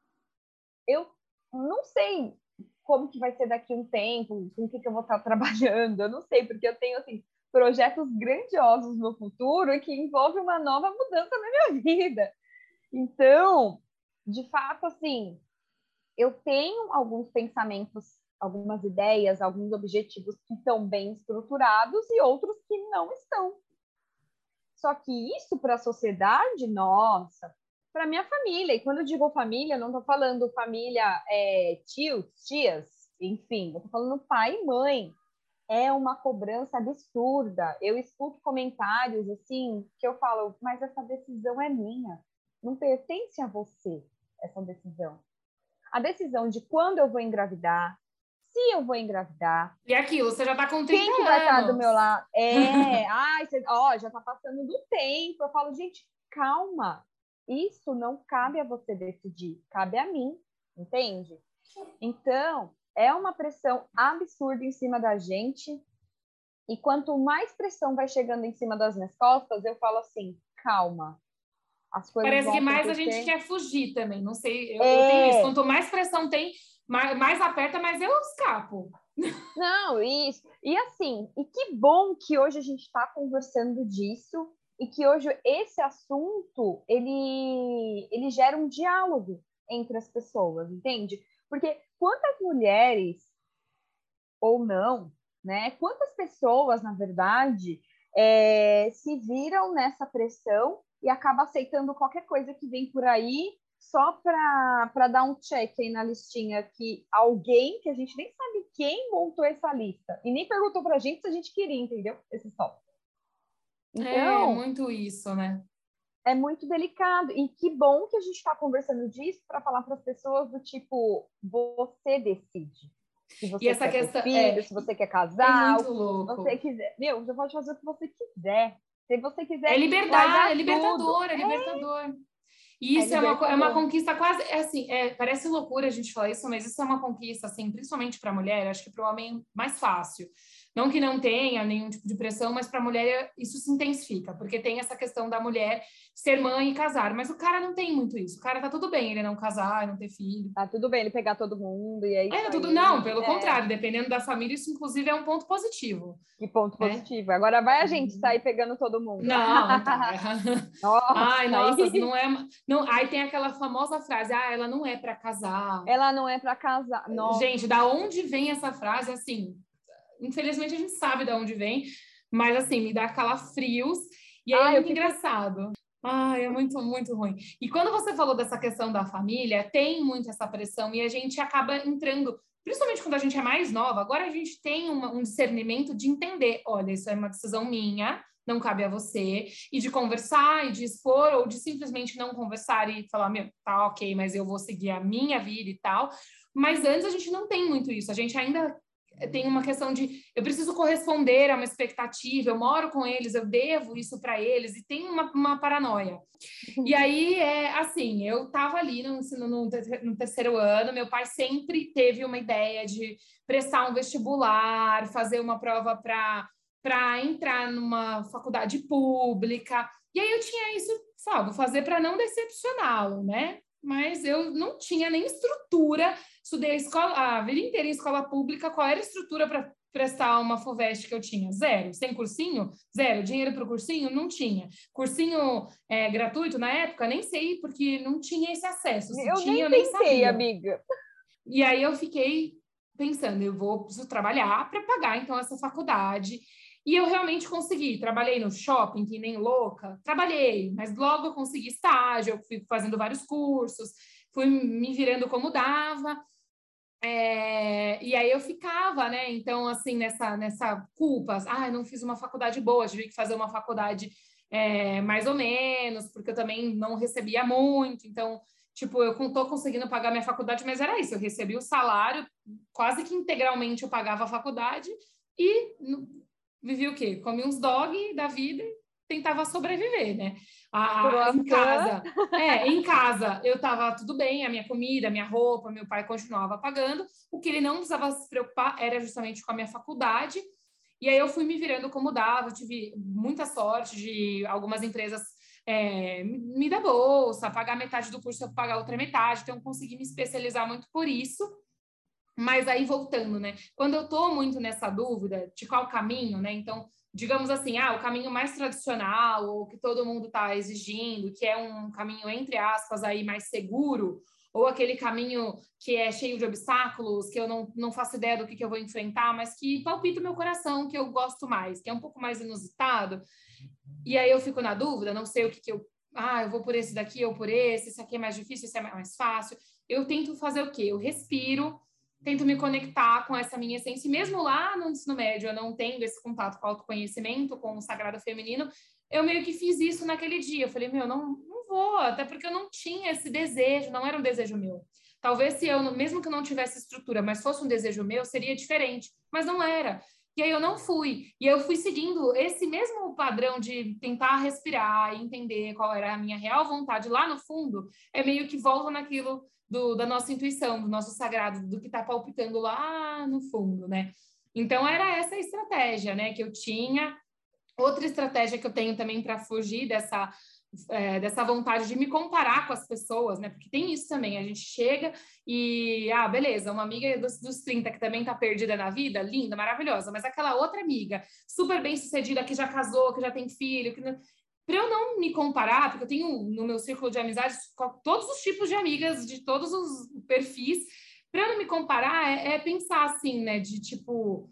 Speaker 2: eu não sei como que vai ser daqui a um tempo, com o que, que eu vou estar trabalhando, eu não sei, porque eu tenho, assim, projetos grandiosos no futuro que envolvem uma nova mudança na minha vida. Então, de fato, assim, eu tenho alguns pensamentos, algumas ideias, alguns objetivos que estão bem estruturados e outros que não estão. Só que isso para a sociedade, nossa, para minha família, e quando eu digo família, não estou falando família é, tios, tias, enfim, eu estou falando pai e mãe. É uma cobrança absurda. Eu escuto comentários assim que eu falo, mas essa decisão é minha, não pertence a você essa decisão. A decisão de quando eu vou engravidar, se eu vou engravidar,
Speaker 1: E aquilo, você já tá com trinta
Speaker 2: quem que vai estar do
Speaker 1: anos.
Speaker 2: meu lado? É, ai, você, ó, já tá passando do tempo. Eu falo, gente, calma. Isso não cabe a você decidir, cabe a mim, entende? Então, é uma pressão absurda em cima da gente. E quanto mais pressão vai chegando em cima das minhas costas, eu falo assim, calma. As coisas
Speaker 1: Parece
Speaker 2: vão
Speaker 1: que mais a gente
Speaker 2: acontecer.
Speaker 1: quer fugir também. Não sei, eu, eu tenho isso.
Speaker 2: É,
Speaker 1: Quanto mais pressão tem, mais, mais aperta, mais eu escapo.
Speaker 2: não, isso. E assim, e que bom que hoje a gente está conversando disso e que hoje esse assunto ele, ele gera um diálogo entre as pessoas, entende? Porque quantas mulheres ou não, né? Quantas pessoas, na verdade, é, se viram nessa pressão e acaba aceitando qualquer coisa que vem por aí só para dar um check aí na listinha que alguém, que a gente nem sabe quem montou essa lista, e nem perguntou para a gente se a gente queria, entendeu? Esse stop.
Speaker 1: É
Speaker 2: Então,
Speaker 1: muito isso, né?
Speaker 2: é muito delicado. E que bom que a gente está conversando disso para falar para as pessoas do tipo, você decide. Se
Speaker 1: E
Speaker 2: você
Speaker 1: essa
Speaker 2: quer ter
Speaker 1: questão
Speaker 2: filho,
Speaker 1: é,
Speaker 2: se você quer
Speaker 1: é
Speaker 2: casar, o
Speaker 1: muito
Speaker 2: que você
Speaker 1: louco.
Speaker 2: quiser. Meu, você pode fazer o que você quiser. Se você
Speaker 1: É
Speaker 2: quiser
Speaker 1: liberdade, é
Speaker 2: largar tudo,
Speaker 1: libertador, é libertador. E
Speaker 2: é
Speaker 1: isso é uma, co- é uma
Speaker 2: libertador.
Speaker 1: conquista quase, é assim, é, parece loucura a gente falar isso, mas isso é uma conquista, assim, principalmente para a mulher, acho que para o homem mais fácil. Não que não tenha nenhum tipo de pressão, mas para a mulher isso se intensifica, porque tem essa questão da mulher ser mãe e casar, mas o cara não tem muito isso. O cara tá tudo bem ele não casar, não ter filho.
Speaker 2: Tá tudo bem ele pegar todo mundo e é isso
Speaker 1: É, tudo não,
Speaker 2: aí.
Speaker 1: pelo
Speaker 2: É,
Speaker 1: contrário, dependendo da família, isso inclusive é um ponto positivo,
Speaker 2: que ponto
Speaker 1: né?
Speaker 2: positivo. Agora vai a gente sair pegando todo mundo.
Speaker 1: Não, então. É... Ai,
Speaker 2: Nossa,
Speaker 1: nossa,
Speaker 2: aí
Speaker 1: não é. Não... Aí tem aquela famosa frase: ah, ela não é para casar.
Speaker 2: ela não é para casar. Nossa.
Speaker 1: Gente, da onde vem essa frase? Assim, infelizmente a gente sabe de onde vem, mas assim, me dá calafrios. E aí é
Speaker 2: Ah, eu
Speaker 1: muito
Speaker 2: fico
Speaker 1: engraçado. Ai, é muito, muito ruim. E quando você falou dessa questão da família, tem muito essa pressão e a gente acaba entrando, principalmente quando a gente é mais nova, agora a gente tem uma, um discernimento de entender, olha, isso é uma decisão minha, não cabe a você, e de conversar e de expor, ou de simplesmente não conversar e falar, meu, tá ok, mas eu vou seguir a minha vida e tal. Mas antes a gente não tem muito isso, a gente ainda tem uma questão de eu preciso corresponder a uma expectativa, eu moro com eles, eu devo isso para eles, e tem uma, uma paranoia. E aí, é assim, eu estava ali no, ensino, no, no terceiro ano, meu pai sempre teve uma ideia de prestar um vestibular, fazer uma prova para para entrar numa faculdade pública. E aí eu tinha isso, sabe, vou fazer para não decepcioná-lo, né? Mas eu não tinha nem estrutura, estudei a, escola, a vida inteira em escola pública, qual era a estrutura para prestar uma FUVEST que eu tinha? Zero. Sem cursinho? Zero. Dinheiro para o cursinho? Não tinha. Cursinho é, gratuito na época? Nem sei, porque não tinha esse acesso. Se
Speaker 2: Eu
Speaker 1: tinha,
Speaker 2: nem
Speaker 1: eu nem
Speaker 2: tentei,
Speaker 1: sabia.
Speaker 2: amiga.
Speaker 1: E aí eu fiquei pensando, eu vou preciso trabalhar para pagar então essa faculdade. E eu realmente consegui. Trabalhei no shopping, que nem louca. Trabalhei, mas logo eu consegui estágio, eu fui fazendo vários cursos, fui me virando como dava. É, e aí eu ficava, né? Então, assim, nessa, nessa culpa, ah, eu não fiz uma faculdade boa, tive que fazer uma faculdade é, mais ou menos, porque eu também não recebia muito. Então, tipo, eu estou conseguindo pagar minha faculdade, mas era isso, eu recebia o salário, quase que integralmente eu pagava a faculdade e vivia o quê? Comia uns dog da vida e tentava sobreviver, né? A, a, em
Speaker 2: Croissant.
Speaker 1: casa, é, em casa eu estava tudo bem, a minha comida, a minha roupa, meu pai continuava pagando. O que ele não precisava se preocupar era justamente com a minha faculdade. E aí eu fui me virando como dava, tive muita sorte de algumas empresas é, me dar bolsa, pagar metade do curso, eu pagar outra metade, então eu consegui me especializar muito por isso. Mas aí voltando, né? Quando eu tô muito nessa dúvida de qual caminho, né? Então, digamos assim, ah, o caminho mais tradicional, ou que todo mundo está exigindo, que é um caminho, entre aspas, aí mais seguro, ou aquele caminho que é cheio de obstáculos, que eu não, não faço ideia do que, que eu vou enfrentar, mas que palpita o meu coração, que eu gosto mais, que é um pouco mais inusitado. E aí eu fico na dúvida, não sei o que, que eu. Ah, eu vou por esse daqui ou por esse, esse aqui é mais difícil, esse é mais fácil. Eu tento fazer o quê? Eu respiro, tento me conectar com essa minha essência. E mesmo lá no ensino médio, eu não tendo esse contato com o autoconhecimento, com o sagrado feminino, eu meio que fiz isso naquele dia. Eu falei, meu, não, não vou, até porque eu não tinha esse desejo, não era um desejo meu. Talvez se eu, mesmo que eu não tivesse estrutura, mas fosse um desejo meu, seria diferente. Mas não era. E aí eu não fui. E eu fui seguindo esse mesmo padrão de tentar respirar e entender qual era a minha real vontade lá no fundo, é meio que volta naquilo do, da nossa intuição, do nosso sagrado, do que está palpitando lá no fundo, né? Então era essa a estratégia, né, que eu tinha. Outra estratégia que eu tenho também para fugir dessa é, dessa vontade de me comparar com as pessoas, né? Porque tem isso também, a gente chega e, ah, beleza, uma amiga dos, dos trinta que também tá perdida na vida, linda, maravilhosa, mas aquela outra amiga, super bem sucedida, que já casou, que já tem filho, que não... Para eu não me comparar, porque eu tenho no meu círculo de amizades todos os tipos de amigas, de todos os perfis, para eu não me comparar, é, é pensar assim, né? De tipo,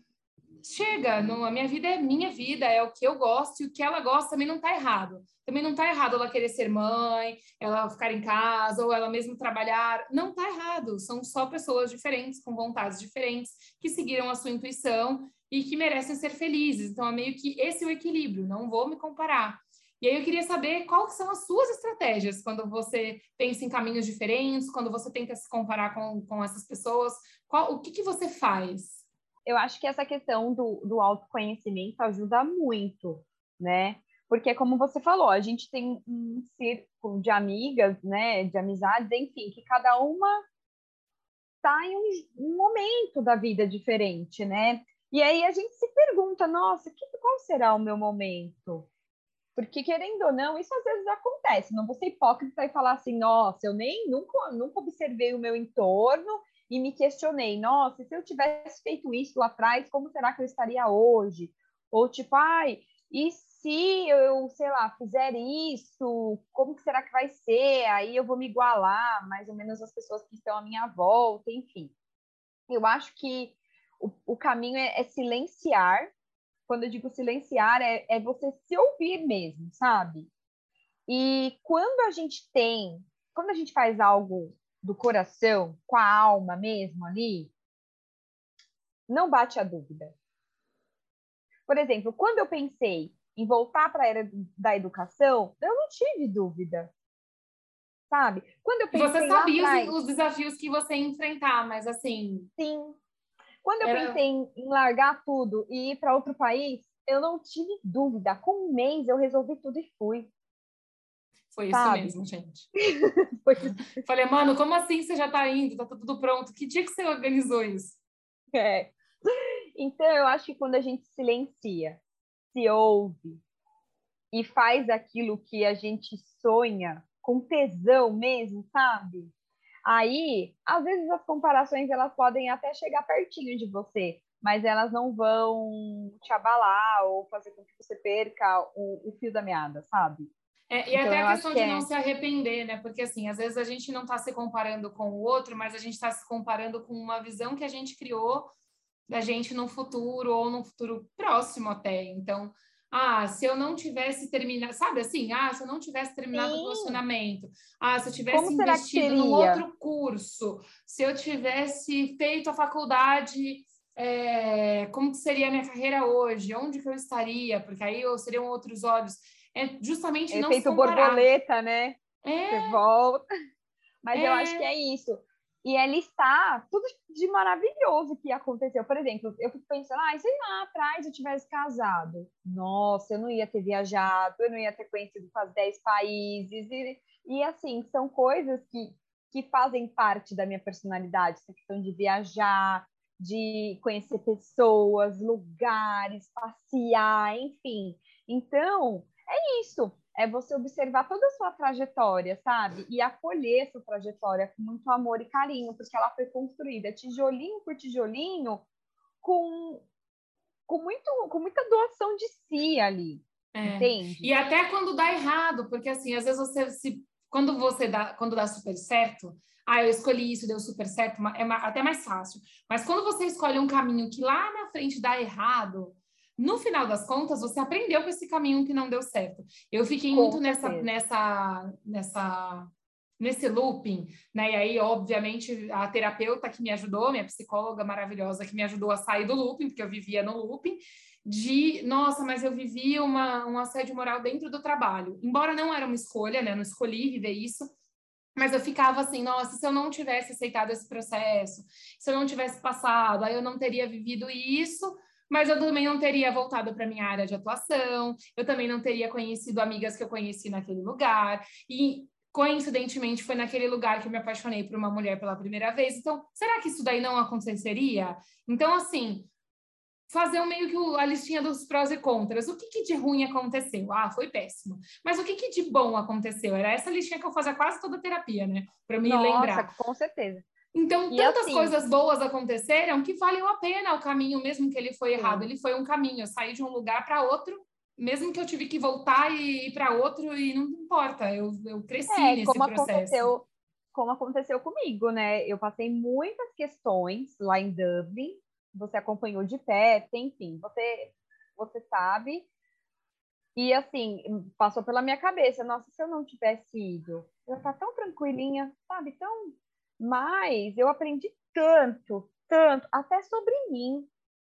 Speaker 1: chega, não, a minha vida é minha vida, é o que eu gosto e o que ela gosta também não está errado. Também não está errado ela querer ser mãe, ela ficar em casa ou ela mesmo trabalhar. Não está errado. São só pessoas diferentes, com vontades diferentes, que seguiram a sua intuição e que merecem ser felizes. Então, é meio que esse é o equilíbrio. Não vou me comparar. E aí eu queria saber quais são as suas estratégias quando você pensa em caminhos diferentes, quando você tenta se comparar com, com essas pessoas. Qual, o que, que você faz?
Speaker 2: Eu acho que essa questão do, do autoconhecimento ajuda muito, né? Porque, como você falou, a gente tem um círculo de amigas, né? De amizades, enfim, que cada uma está em um, um momento da vida diferente, né? E aí a gente se pergunta, nossa, que, qual será o meu momento? Porque, querendo ou não, isso às vezes acontece. Não vou ser hipócrita e falar assim, nossa, eu nem nunca, nunca observei o meu entorno e me questionei, nossa, se eu tivesse feito isso lá atrás, como será que eu estaria hoje? Ou tipo, ai, e se eu, sei lá, fizer isso, como que será que vai ser? Aí eu vou me igualar mais ou menos às pessoas que estão à minha volta, enfim. Eu acho que o, o caminho é, é silenciar. Quando eu digo silenciar, é, é você se ouvir mesmo, sabe? E quando a gente tem, quando a gente faz algo do coração, com a alma mesmo ali, não bate a dúvida. Por exemplo, quando eu pensei em voltar para a era da educação, eu não tive dúvida, sabe? Quando eu
Speaker 1: E você
Speaker 2: pensei lá
Speaker 1: sabia
Speaker 2: atrás,
Speaker 1: os, os desafios que você ia enfrentar, mas assim,
Speaker 2: sim. Quando eu
Speaker 1: era,
Speaker 2: pensei em, em largar tudo e ir para outro país, eu não tive dúvida. Com um mês eu resolvi tudo e fui,
Speaker 1: foi isso
Speaker 2: sabe?
Speaker 1: mesmo, gente.
Speaker 2: Foi,
Speaker 1: Falei, mano, como assim você já tá indo? Tá tudo pronto? Que dia que você organizou isso?
Speaker 2: é. Então, eu acho que quando a gente silencia, se ouve e faz aquilo que a gente sonha com tesão mesmo, sabe? Aí, às vezes as comparações elas podem até chegar pertinho de você, mas elas não vão te abalar ou fazer com que você perca o, o fio da meada, sabe?
Speaker 1: É, e
Speaker 2: Então
Speaker 1: até a
Speaker 2: eu acho
Speaker 1: questão
Speaker 2: que
Speaker 1: de não
Speaker 2: é
Speaker 1: se arrepender, né? Porque assim, às vezes a gente não está se comparando com o outro, mas a gente está se comparando com uma visão que a gente criou da gente no futuro ou no futuro próximo até. Então, ah, se eu não tivesse terminado, sabe assim, ah, se eu não tivesse terminado o
Speaker 2: sim.
Speaker 1: relacionamento, ah, se eu
Speaker 2: Como
Speaker 1: tivesse
Speaker 2: será que
Speaker 1: investido num
Speaker 2: seria?
Speaker 1: outro curso, se eu tivesse feito a faculdade, é, como que seria a minha carreira hoje? Onde que eu estaria? Porque aí eu seriam outros olhos. É justamente não se
Speaker 2: Efeito
Speaker 1: comparar.
Speaker 2: borboleta, né? Você
Speaker 1: É,
Speaker 2: volta. Mas eu acho que
Speaker 1: é,
Speaker 2: é isso. E é listar tudo de maravilhoso que aconteceu. Por exemplo, eu fico pensando, ah, se lá atrás eu tivesse casado, nossa, eu não ia ter viajado, eu não ia ter conhecido quase dez países. E, e assim, são coisas que, que fazem parte da minha personalidade, essa questão de viajar, de conhecer pessoas, lugares, passear, enfim. Então, é isso é você observar toda a sua trajetória, sabe? E acolher essa trajetória com muito amor e carinho, porque ela foi construída tijolinho por tijolinho com, com, muito, com muita doação de si ali,
Speaker 1: é. E
Speaker 2: entende?
Speaker 1: até quando dá errado, porque assim, às vezes você se. Quando você dá, quando dá super certo, ah, eu escolhi isso, deu super certo, é até mais fácil. Mas quando você escolhe um caminho que lá na frente dá errado, no final das contas, você aprendeu com esse caminho que não deu certo. Eu fiquei
Speaker 2: Com
Speaker 1: muito nessa,
Speaker 2: certeza.
Speaker 1: nessa, nessa, nesse looping, né? E aí, obviamente, a terapeuta que me ajudou, minha psicóloga maravilhosa, que me ajudou a sair do looping, porque eu vivia no looping, de, nossa, mas eu vivi uma, um assédio moral dentro do trabalho. Embora não era uma escolha, né? Não escolhi viver isso, mas eu ficava assim, nossa, se eu não tivesse aceitado esse processo, se eu não tivesse passado, aí eu não teria vivido isso, mas eu também não teria voltado para minha área de atuação, eu também não teria conhecido amigas que eu conheci naquele lugar, e coincidentemente foi naquele lugar que eu me apaixonei por uma mulher pela primeira vez. Então, será que isso daí não aconteceria? Então, assim, fazer um meio que a listinha dos prós e contras. O que, que de ruim aconteceu? Ah, foi péssimo. Mas o que, que de bom aconteceu? Era essa listinha que eu fazia quase toda a terapia, né? Para me
Speaker 2: Nossa,
Speaker 1: lembrar.
Speaker 2: com certeza.
Speaker 1: Então,
Speaker 2: E
Speaker 1: tantas
Speaker 2: assim,
Speaker 1: coisas boas aconteceram que valeu a pena o caminho, mesmo que ele foi errado.
Speaker 2: sim.
Speaker 1: Ele foi um caminho. Eu saí de um lugar para outro, mesmo que eu tive que voltar e ir para outro, e não importa. Eu, eu cresci
Speaker 2: É,
Speaker 1: nesse
Speaker 2: como
Speaker 1: processo.
Speaker 2: aconteceu, como aconteceu comigo, né? Eu passei muitas questões lá em Dublin, você acompanhou de perto, enfim, você, você sabe. E assim, passou pela minha cabeça, nossa, se eu não tivesse ido, eu ia estar tão tranquilinha, sabe? Tão. Mas eu aprendi tanto, tanto, até sobre mim,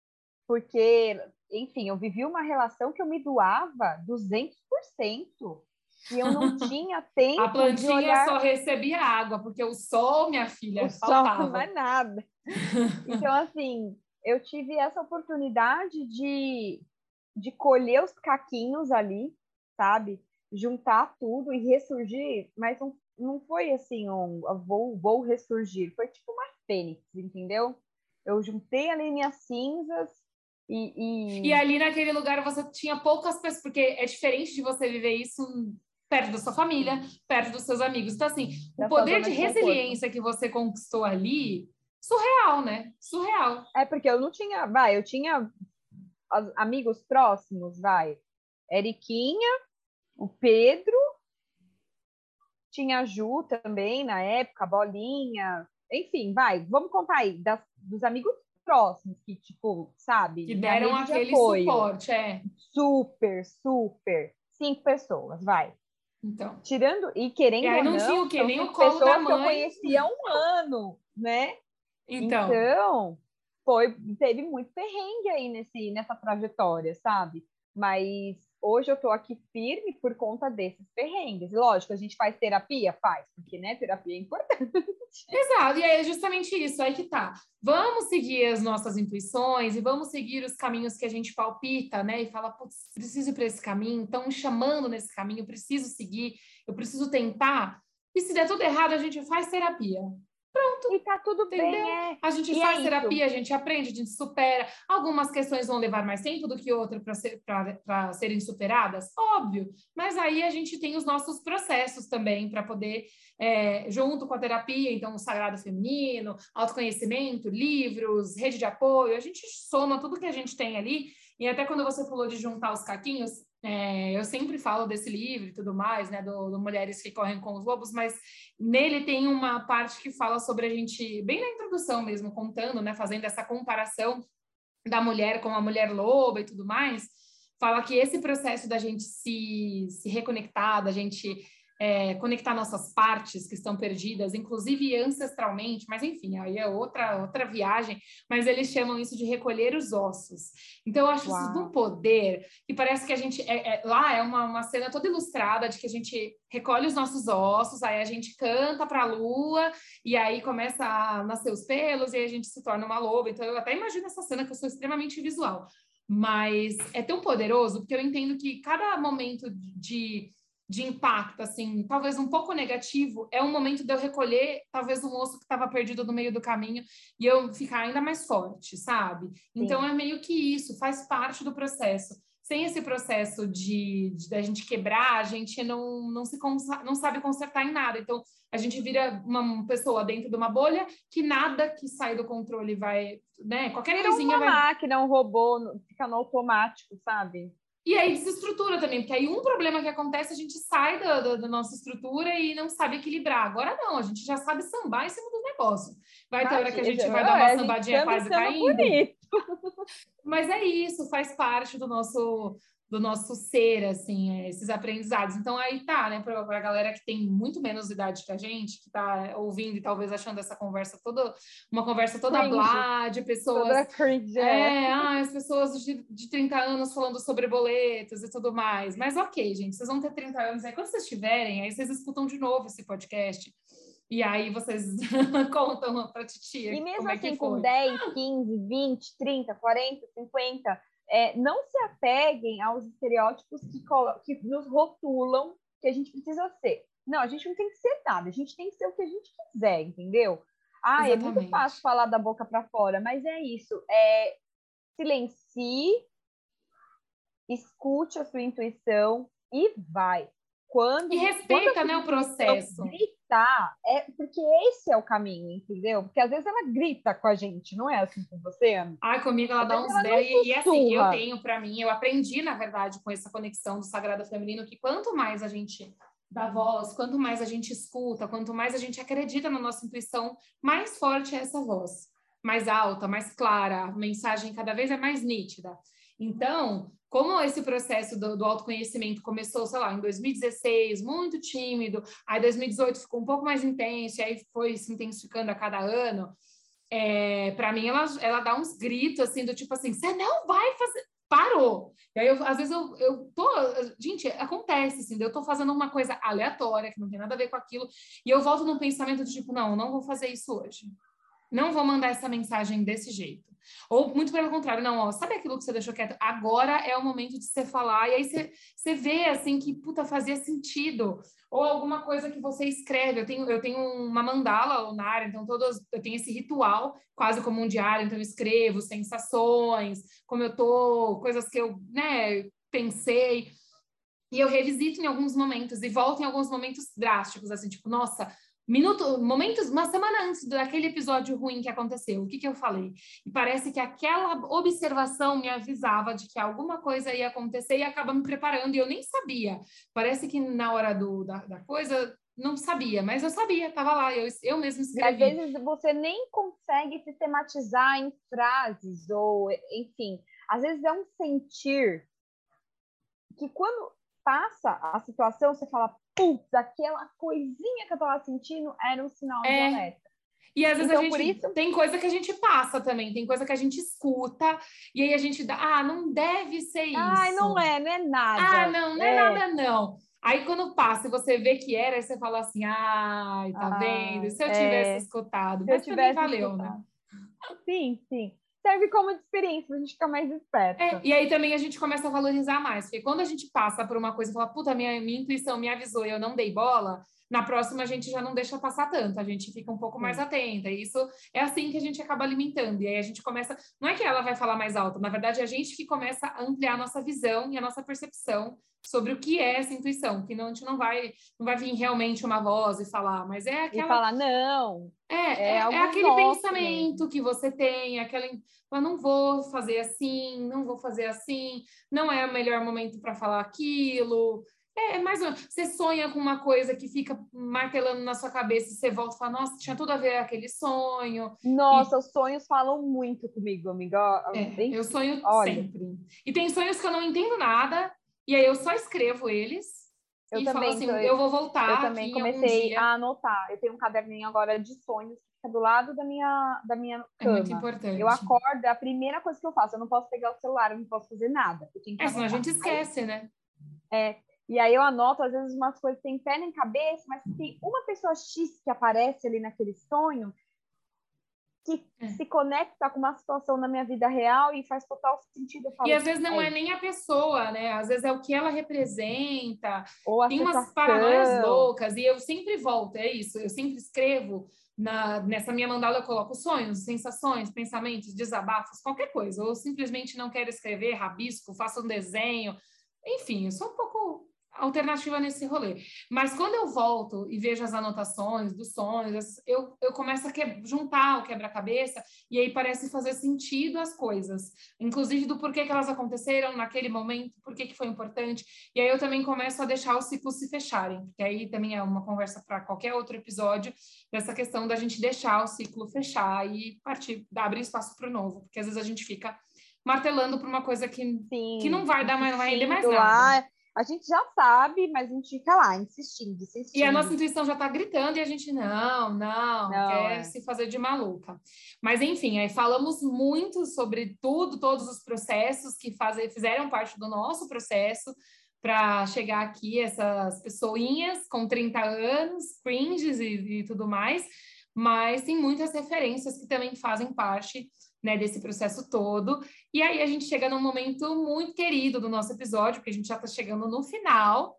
Speaker 2: porque, enfim, eu vivi uma relação que eu me doava duzentos por cento e eu não tinha
Speaker 1: A
Speaker 2: tempo de
Speaker 1: plantinha
Speaker 2: olhar
Speaker 1: só recebia água, porque o sol, minha
Speaker 2: o
Speaker 1: filha,
Speaker 2: sol,
Speaker 1: faltava.
Speaker 2: mais nada. Então, assim, eu tive essa oportunidade de, de colher os caquinhos ali, sabe? Juntar tudo e ressurgir, mas não, não foi assim, um vou, vou ressurgir, foi tipo uma fênix, entendeu? Eu juntei ali minhas cinzas
Speaker 1: E
Speaker 2: e, e
Speaker 1: ali naquele lugar você tinha poucas pessoas, porque é diferente de você viver isso perto da sua família, perto dos seus amigos. Então, assim, o
Speaker 2: da sua
Speaker 1: poder
Speaker 2: zona
Speaker 1: de
Speaker 2: de conforto.
Speaker 1: resiliência que você conquistou ali, surreal, né? Surreal.
Speaker 2: É porque eu não tinha, vai, eu tinha amigos próximos, vai. Eriquinha, o Pedro, tinha a Ju também na época, a Bolinha, enfim, vai, vamos contar aí, das, dos amigos próximos, que, tipo, sabe,
Speaker 1: Que
Speaker 2: minha
Speaker 1: deram
Speaker 2: rede de
Speaker 1: aquele
Speaker 2: apoio.
Speaker 1: suporte, é.
Speaker 2: Super, super. Cinco pessoas, vai.
Speaker 1: Então.
Speaker 2: Tirando, e querendo
Speaker 1: E aí
Speaker 2: ou
Speaker 1: não
Speaker 2: não,
Speaker 1: tinha o quê?
Speaker 2: são
Speaker 1: Nem o colo da
Speaker 2: pessoas que eu
Speaker 1: mãe.
Speaker 2: conhecia há um ano, né?
Speaker 1: Então.
Speaker 2: Então, foi, teve muito perrengue aí nesse, nessa trajetória, sabe? Mas hoje eu tô aqui firme por conta desses perrengues. Lógico, a gente faz terapia? Faz, porque, né, terapia é importante.
Speaker 1: Exato, e aí é justamente isso, aí que tá. Vamos seguir as nossas intuições e vamos seguir os caminhos que a gente palpita, né? E fala, putz, preciso ir para esse caminho, estão me chamando nesse caminho, eu preciso seguir, eu preciso tentar. E se der tudo errado, a gente faz terapia.
Speaker 2: E tá tudo bem,
Speaker 1: Entendeu?
Speaker 2: é.
Speaker 1: A gente
Speaker 2: E é
Speaker 1: faz
Speaker 2: isso.
Speaker 1: terapia, a gente aprende, a gente supera. Algumas questões vão levar mais tempo do que outras para ser, serem superadas, óbvio. Mas aí a gente tem os nossos processos também para poder, é, junto com a terapia, então o Sagrado Feminino, autoconhecimento, livros, rede de apoio, a gente soma tudo que a gente tem ali. E até quando você falou de juntar os caquinhos, é, eu sempre falo desse livro e tudo mais, né, do, do Mulheres que Correm com os Lobos, mas nele tem uma parte que fala sobre a gente, bem na introdução mesmo, contando, né, fazendo essa comparação da mulher com a mulher loba e tudo mais, fala que esse processo da gente se, se reconectar, da gente é, conectar nossas partes que estão perdidas, inclusive ancestralmente, mas enfim, aí é outra, outra viagem, mas eles chamam isso de recolher os ossos. Então, eu acho isso de um
Speaker 2: Uau.
Speaker 1: poder que parece que a gente, é, é, lá é uma, uma cena toda ilustrada de que a gente recolhe os nossos ossos, aí a gente canta para a lua, e aí começa a nascer os pelos, e aí a gente se torna uma loba. Então, eu até imagino essa cena, que eu sou extremamente visual. Mas é tão poderoso, porque eu entendo que cada momento de, de impacto, assim, talvez um pouco negativo, é um momento de eu recolher, talvez, um osso que estava perdido no meio do caminho, e eu ficar ainda mais forte, sabe? Então,
Speaker 2: Sim.
Speaker 1: é meio que isso, faz parte do processo. Sem esse processo de, de da gente quebrar, a gente não, não, se não sabe consertar em nada. Então, a gente vira uma pessoa dentro de uma bolha que nada que sai do controle vai, né? Qualquer
Speaker 2: Vira
Speaker 1: coisinha
Speaker 2: uma
Speaker 1: vai.
Speaker 2: máquina, um robô, fica no automático, sabe?
Speaker 1: E aí desestrutura também, porque aí um problema que acontece, a gente sai da, da, da nossa estrutura e não sabe equilibrar. Agora não, a gente já sabe sambar em cima do negócio. Vai ter hora que a gente vai dar uma
Speaker 2: Imagina, a gente
Speaker 1: sambadinha
Speaker 2: samba e
Speaker 1: quase
Speaker 2: samba
Speaker 1: caindo.
Speaker 2: bonito.
Speaker 1: Mas é isso, faz parte do nosso do nosso ser, assim, é, esses aprendizados. Então aí tá, né, para a galera que tem muito menos idade que a gente, que tá ouvindo e talvez achando essa conversa toda, uma conversa toda
Speaker 2: Cringe.
Speaker 1: blá, de pessoas,
Speaker 2: Toda cringe, é.
Speaker 1: é, ah, as pessoas de, de trinta anos falando sobre boletos e tudo mais. Mas ok, gente, vocês vão ter trinta anos, aí quando vocês tiverem, aí vocês escutam de novo esse podcast. E aí vocês contam para a
Speaker 2: E
Speaker 1: titia como
Speaker 2: mesmo
Speaker 1: é que
Speaker 2: assim, com
Speaker 1: foi.
Speaker 2: dez, quinze, vinte, trinta, quarenta, cinquenta, é, não se apeguem aos estereótipos que, que nos rotulam que a gente precisa ser. Não, a gente não tem que ser nada, a gente tem que ser o que a gente quiser, entendeu? Ah, é muito fácil
Speaker 1: Exatamente.
Speaker 2: falar da boca para fora, mas é isso. É, silencie, escute a sua intuição e vai.
Speaker 1: E
Speaker 2: Quando, quando a
Speaker 1: respeita,
Speaker 2: sua
Speaker 1: né, o
Speaker 2: intuição
Speaker 1: processo.
Speaker 2: gritar, é porque esse é o caminho, entendeu? Porque às vezes ela grita com a gente, não é assim com você, Ana?
Speaker 1: Ai, comigo ela
Speaker 2: Às
Speaker 1: dá
Speaker 2: vezes
Speaker 1: uns
Speaker 2: ela não
Speaker 1: berros. E, e assim, eu
Speaker 2: sussurra.
Speaker 1: tenho para mim, eu aprendi, na verdade, com essa conexão do sagrado feminino, que quanto mais a gente dá voz, quanto mais a gente escuta, quanto mais a gente acredita na nossa intuição, mais forte é essa voz. Mais alta, mais clara, a mensagem cada vez é mais nítida. Então, como esse processo do, do autoconhecimento começou, sei lá, em dois mil e dezesseis, muito tímido, aí dois mil e dezoito ficou um pouco mais intenso, e aí foi se intensificando a cada ano. É, para mim, ela, ela dá uns gritos assim, do tipo assim: você não vai fazer. Parou! E aí, eu, às vezes, eu, eu tô. Gente, acontece assim, eu tô fazendo uma coisa aleatória, que não tem nada a ver com aquilo, e eu volto num pensamento de tipo: não, não vou fazer isso hoje. Não vou mandar essa mensagem desse jeito. Ou, muito pelo contrário, não, ó, sabe aquilo que você deixou quieto? Agora é o momento de você falar, e aí você, você vê, assim, que, puta, fazia sentido. Ou alguma coisa que você escreve. Eu tenho, eu tenho uma mandala lunar, então todos, eu tenho esse ritual, quase como um diário, então eu escrevo sensações, como eu tô, coisas que eu, né, pensei. E eu revisito em alguns momentos e volto em alguns momentos drásticos, assim, tipo, nossa, minuto, momentos, uma semana antes daquele episódio ruim que aconteceu, o que que eu falei? E parece que aquela observação me avisava de que alguma coisa ia acontecer e acaba me preparando, e eu nem sabia. Parece que na hora do, da, da coisa, não sabia, mas eu sabia, estava lá, eu, eu mesmo
Speaker 2: E às
Speaker 1: escrevi.
Speaker 2: vezes você nem consegue sistematizar em frases, ou, enfim, às vezes é um sentir que quando passa a situação, você fala, putz, aquela coisinha que eu tava sentindo era um sinal de
Speaker 1: É.
Speaker 2: alerta.
Speaker 1: E às vezes
Speaker 2: Então,
Speaker 1: a gente
Speaker 2: por isso...
Speaker 1: tem coisa que a gente passa também, tem coisa que a gente escuta, e aí a gente dá, ah, não deve ser isso.
Speaker 2: Ai, não é, não é nada.
Speaker 1: Ah, não, não é,
Speaker 2: é
Speaker 1: nada, não. Aí quando passa e você vê que era, aí você fala assim, ai, tá
Speaker 2: ah,
Speaker 1: vendo? Se eu tivesse
Speaker 2: é...
Speaker 1: escutado,
Speaker 2: Se eu
Speaker 1: mas também
Speaker 2: tivesse
Speaker 1: valeu, né?
Speaker 2: escutado. Sim, sim. Serve como de experiência pra gente ficar mais
Speaker 1: É,
Speaker 2: esperta.
Speaker 1: e aí também a gente começa a valorizar mais, porque quando a gente passa por uma coisa e fala, puta, minha, minha intuição me avisou e eu não dei bola, na próxima a gente já não deixa passar tanto, a gente fica um pouco mais
Speaker 2: Sim.
Speaker 1: atenta. E isso é assim que a gente acaba alimentando. E aí a gente começa. Não é que ela vai falar mais alto, na verdade, é a gente que começa a ampliar a nossa visão e a nossa percepção sobre o que é essa intuição, que não, a gente não vai, não vai vir realmente uma voz e falar, mas é
Speaker 2: E
Speaker 1: aquela.
Speaker 2: falar, não,
Speaker 1: É,
Speaker 2: é
Speaker 1: é, é
Speaker 2: algo
Speaker 1: aquele
Speaker 2: nosso
Speaker 1: pensamento
Speaker 2: mesmo.
Speaker 1: que você tem, aquela. Eu não vou fazer assim, não vou fazer assim, não é o melhor momento para falar aquilo. É, é mais ou menos. Você sonha com uma coisa que fica martelando na sua cabeça e você volta e fala, nossa, tinha tudo a ver com aquele sonho. E
Speaker 2: Nossa, os sonhos falam muito comigo, amiga.
Speaker 1: é, eu
Speaker 2: Enfim,
Speaker 1: sonho
Speaker 2: olha,
Speaker 1: sempre. E tem sonhos que eu não entendo nada, e aí eu só escrevo eles
Speaker 2: eu
Speaker 1: e falo
Speaker 2: também tô,
Speaker 1: assim, eu vou
Speaker 2: eu
Speaker 1: voltar aqui
Speaker 2: também
Speaker 1: em algum
Speaker 2: comecei
Speaker 1: dia.
Speaker 2: a anotar. Eu tenho um caderninho agora de sonhos que fica do lado da minha, da minha
Speaker 1: É muito
Speaker 2: cama. Eu
Speaker 1: importante.
Speaker 2: acordo, é a primeira coisa que eu faço. Eu não posso pegar o celular, eu não posso fazer nada. Eu tenho que
Speaker 1: É, senão a
Speaker 2: anotar.
Speaker 1: gente
Speaker 2: Aí,
Speaker 1: esquece, né?
Speaker 2: é, e aí eu anoto, às vezes, umas coisas que tem pé nem cabeça, mas tem uma pessoa X que aparece ali naquele sonho que
Speaker 1: É.
Speaker 2: se conecta com uma situação na minha vida real e faz total sentido. Eu
Speaker 1: E
Speaker 2: falo,
Speaker 1: às vezes não
Speaker 2: é
Speaker 1: é
Speaker 2: isso.
Speaker 1: nem a pessoa, né? Às vezes é o que ela representa.
Speaker 2: Ou a
Speaker 1: Tem umas paranoias
Speaker 2: sensação.
Speaker 1: loucas e eu sempre volto, é isso. Eu sempre escrevo na, nessa minha mandala, eu coloco sonhos, sensações, pensamentos, desabafos, qualquer coisa. Ou simplesmente não quero escrever, rabisco, faço um desenho. Enfim, eu sou um pouco alternativa nesse rolê. Mas quando eu volto e vejo as anotações dos sonhos, eu, eu começo a que, juntar o quebra-cabeça e aí parece fazer sentido as coisas, inclusive do porquê que elas aconteceram naquele momento, por que foi importante. E aí eu também começo a deixar os ciclos se fecharem, porque aí também é uma conversa para qualquer outro episódio, dessa questão da gente deixar o ciclo fechar e partir, abrir espaço para o novo, porque às vezes a gente fica martelando por uma coisa que, que não
Speaker 2: Sim,
Speaker 1: vai dar mais, não vai render mais
Speaker 2: insistindo
Speaker 1: nada.
Speaker 2: lá. A gente já sabe, mas a gente fica lá, insistindo,
Speaker 1: E a nossa
Speaker 2: insistindo.
Speaker 1: intuição já está gritando e a gente não, não,
Speaker 2: Não,
Speaker 1: quer
Speaker 2: é.
Speaker 1: se fazer de maluca. Mas enfim, aí falamos muito sobre tudo, todos os processos que fazem, fizeram parte do nosso processo para chegar aqui, essas pessoinhas com trinta anos, cringes e, e tudo mais, mas tem muitas referências que também fazem parte, né, desse processo todo. E aí a gente chega num momento muito querido do nosso episódio, porque a gente já está chegando no final.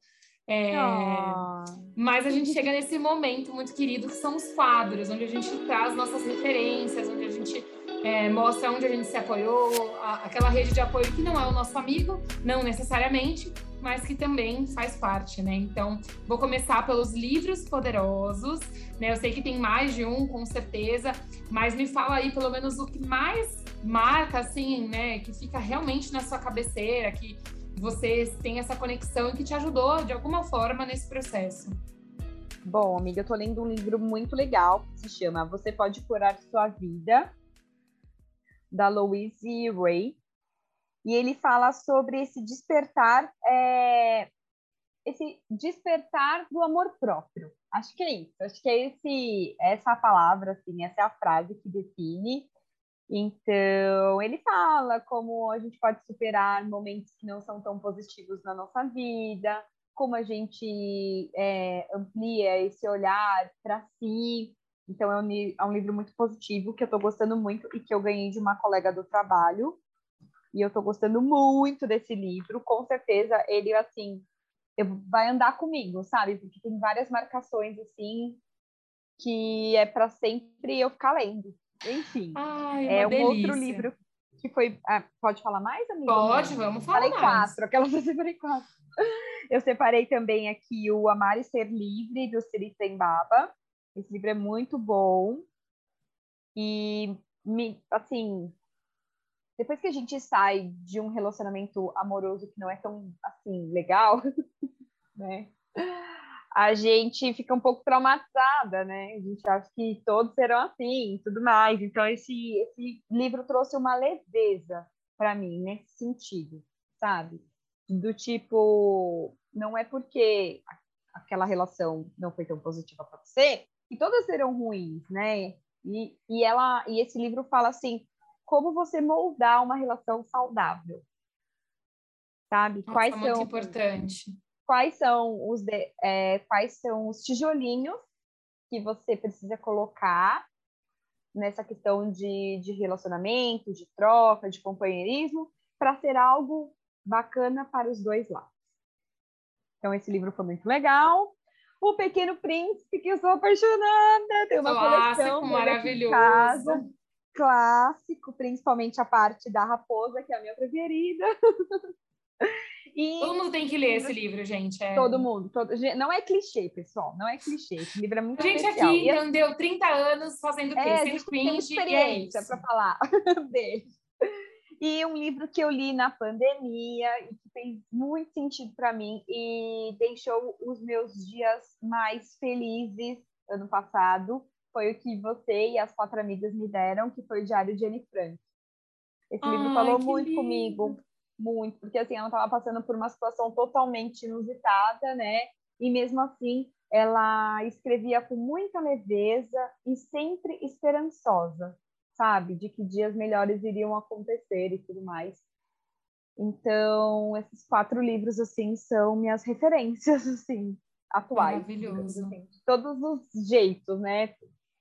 Speaker 1: É,
Speaker 2: Oh.
Speaker 1: mas a gente chega nesse momento muito querido que são os quadros, onde a gente traz nossas referências, onde a gente é, mostra onde a gente se apoiou, a, aquela rede de apoio que não é o nosso amigo, não necessariamente, mas que também faz parte, né? Então, vou começar pelos livros poderosos, né? Eu sei que tem mais de um, com certeza, mas me fala aí pelo menos o que mais marca, assim, né? Que fica realmente na sua cabeceira, que você tem essa conexão e que te ajudou de alguma forma nesse processo.
Speaker 2: Bom, amiga, eu tô lendo um livro muito legal que se chama Você Pode Curar Sua Vida, da Louise Hay. E ele fala sobre esse despertar, é, esse despertar do amor próprio. Acho que é isso. Acho que é esse, essa palavra, assim, essa é a frase que define. Então, ele fala como a gente pode superar momentos que não são tão positivos na nossa vida, como a gente é, amplia esse olhar para si. Então, é um, é um livro muito positivo que eu estou gostando muito e que eu ganhei de uma colega do trabalho. E eu estou gostando muito desse livro. Com certeza, ele, assim, eu, vai andar comigo, sabe? Porque tem várias marcações, assim, que é para sempre eu ficar lendo. Enfim,
Speaker 1: Ai, uma
Speaker 2: é um outro
Speaker 1: delícia.
Speaker 2: livro que foi... Ah, pode falar mais, amiga, ou
Speaker 1: Pode,
Speaker 2: não?
Speaker 1: vamos falar
Speaker 2: Falei
Speaker 1: mais.
Speaker 2: quatro, aquela eu separei quatro. Eu separei também aqui o Amar e Ser Livre, do Siri Trembaba. Esse livro é muito bom. E, me, assim, depois que a gente sai de um relacionamento amoroso que não é tão, assim, legal, né? A gente fica um pouco traumatizada, né? A gente acha que todos serão assim e tudo mais. Então, esse, esse livro trouxe uma leveza para mim nesse sentido, sabe? Do tipo, não é porque aquela relação não foi tão positiva para você que todas serão ruins, né? E, e, ela, e esse livro fala assim, como você moldar uma relação saudável, sabe?
Speaker 1: Nossa,
Speaker 2: Quais
Speaker 1: muito
Speaker 2: são,
Speaker 1: importante.
Speaker 2: quais são os, de, é, quais são os tijolinhos que você precisa colocar nessa questão de, de relacionamento, de troca, de companheirismo, para ser algo bacana para os dois lados. Então, esse livro foi muito legal. O Pequeno Príncipe, que eu sou apaixonada, tem uma
Speaker 1: Clássico,
Speaker 2: coleção dele aqui em casa.
Speaker 1: maravilhoso.
Speaker 2: Clássico, principalmente a parte da raposa, que é a minha preferida.
Speaker 1: Todo
Speaker 2: E
Speaker 1: mundo tem que ler esse livro, gente. É...
Speaker 2: todo mundo, todo... não é clichê, pessoal, não é clichê. Esse livro é muito
Speaker 1: A gente
Speaker 2: especial.
Speaker 1: aqui
Speaker 2: E
Speaker 1: não deu trinta anos fazendo o quê?
Speaker 2: é, a
Speaker 1: Sendo
Speaker 2: gente tem muita
Speaker 1: cringe, e é
Speaker 2: experiência
Speaker 1: isso.
Speaker 2: para falar dele. E um livro que eu li na pandemia e que fez muito sentido para mim e deixou os meus dias mais felizes ano passado foi o que você e as quatro amigas me deram, que foi o Diário de Anne Frank. Esse livro
Speaker 1: Ai,
Speaker 2: falou
Speaker 1: que
Speaker 2: muito
Speaker 1: lindo.
Speaker 2: comigo, muito, porque assim, ela estava passando por uma situação totalmente inusitada, né? E mesmo assim, ela escrevia com muita leveza e sempre esperançosa, sabe? De que dias melhores iriam acontecer e tudo mais. Então, esses quatro livros, assim, são minhas referências, assim, atuais, digamos
Speaker 1: Maravilhoso.
Speaker 2: assim, de todos os jeitos, né?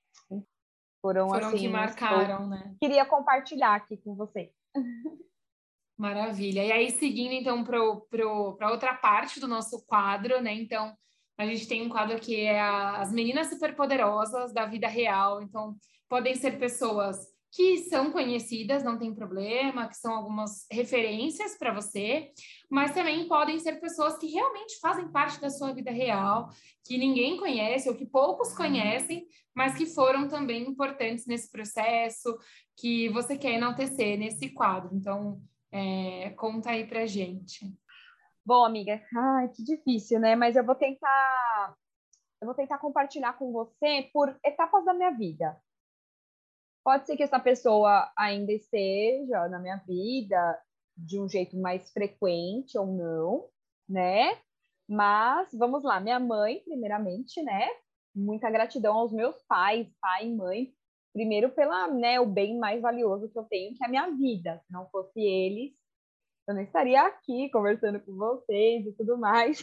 Speaker 2: Foram,
Speaker 1: Foram que
Speaker 2: assim, os que eu
Speaker 1: marcaram, né?
Speaker 2: queria compartilhar aqui com você.
Speaker 1: Maravilha. E aí, seguindo então para pro, pro, outra parte do nosso quadro, né? Então, a gente tem um quadro que é a, as meninas superpoderosas da vida real. Então, podem ser pessoas que são conhecidas, não tem problema, que são algumas referências para você, mas também podem ser pessoas que realmente fazem parte da sua vida real, que ninguém conhece ou que poucos conhecem, mas que foram também importantes nesse processo, que você quer enaltecer nesse quadro. Então, é, conta aí pra gente.
Speaker 2: Bom, amiga, ai, que difícil, né? Mas eu vou tentar, eu vou tentar compartilhar com você por etapas da minha vida. Pode ser que essa pessoa ainda esteja na minha vida de um jeito mais frequente ou não, né? Mas vamos lá, minha mãe, primeiramente, né? Muita gratidão aos meus pais, pai e mãe, primeiro pela, né, o bem mais valioso que eu tenho, que é a minha vida. Se não fosse eles, eu não estaria aqui conversando com vocês e tudo mais.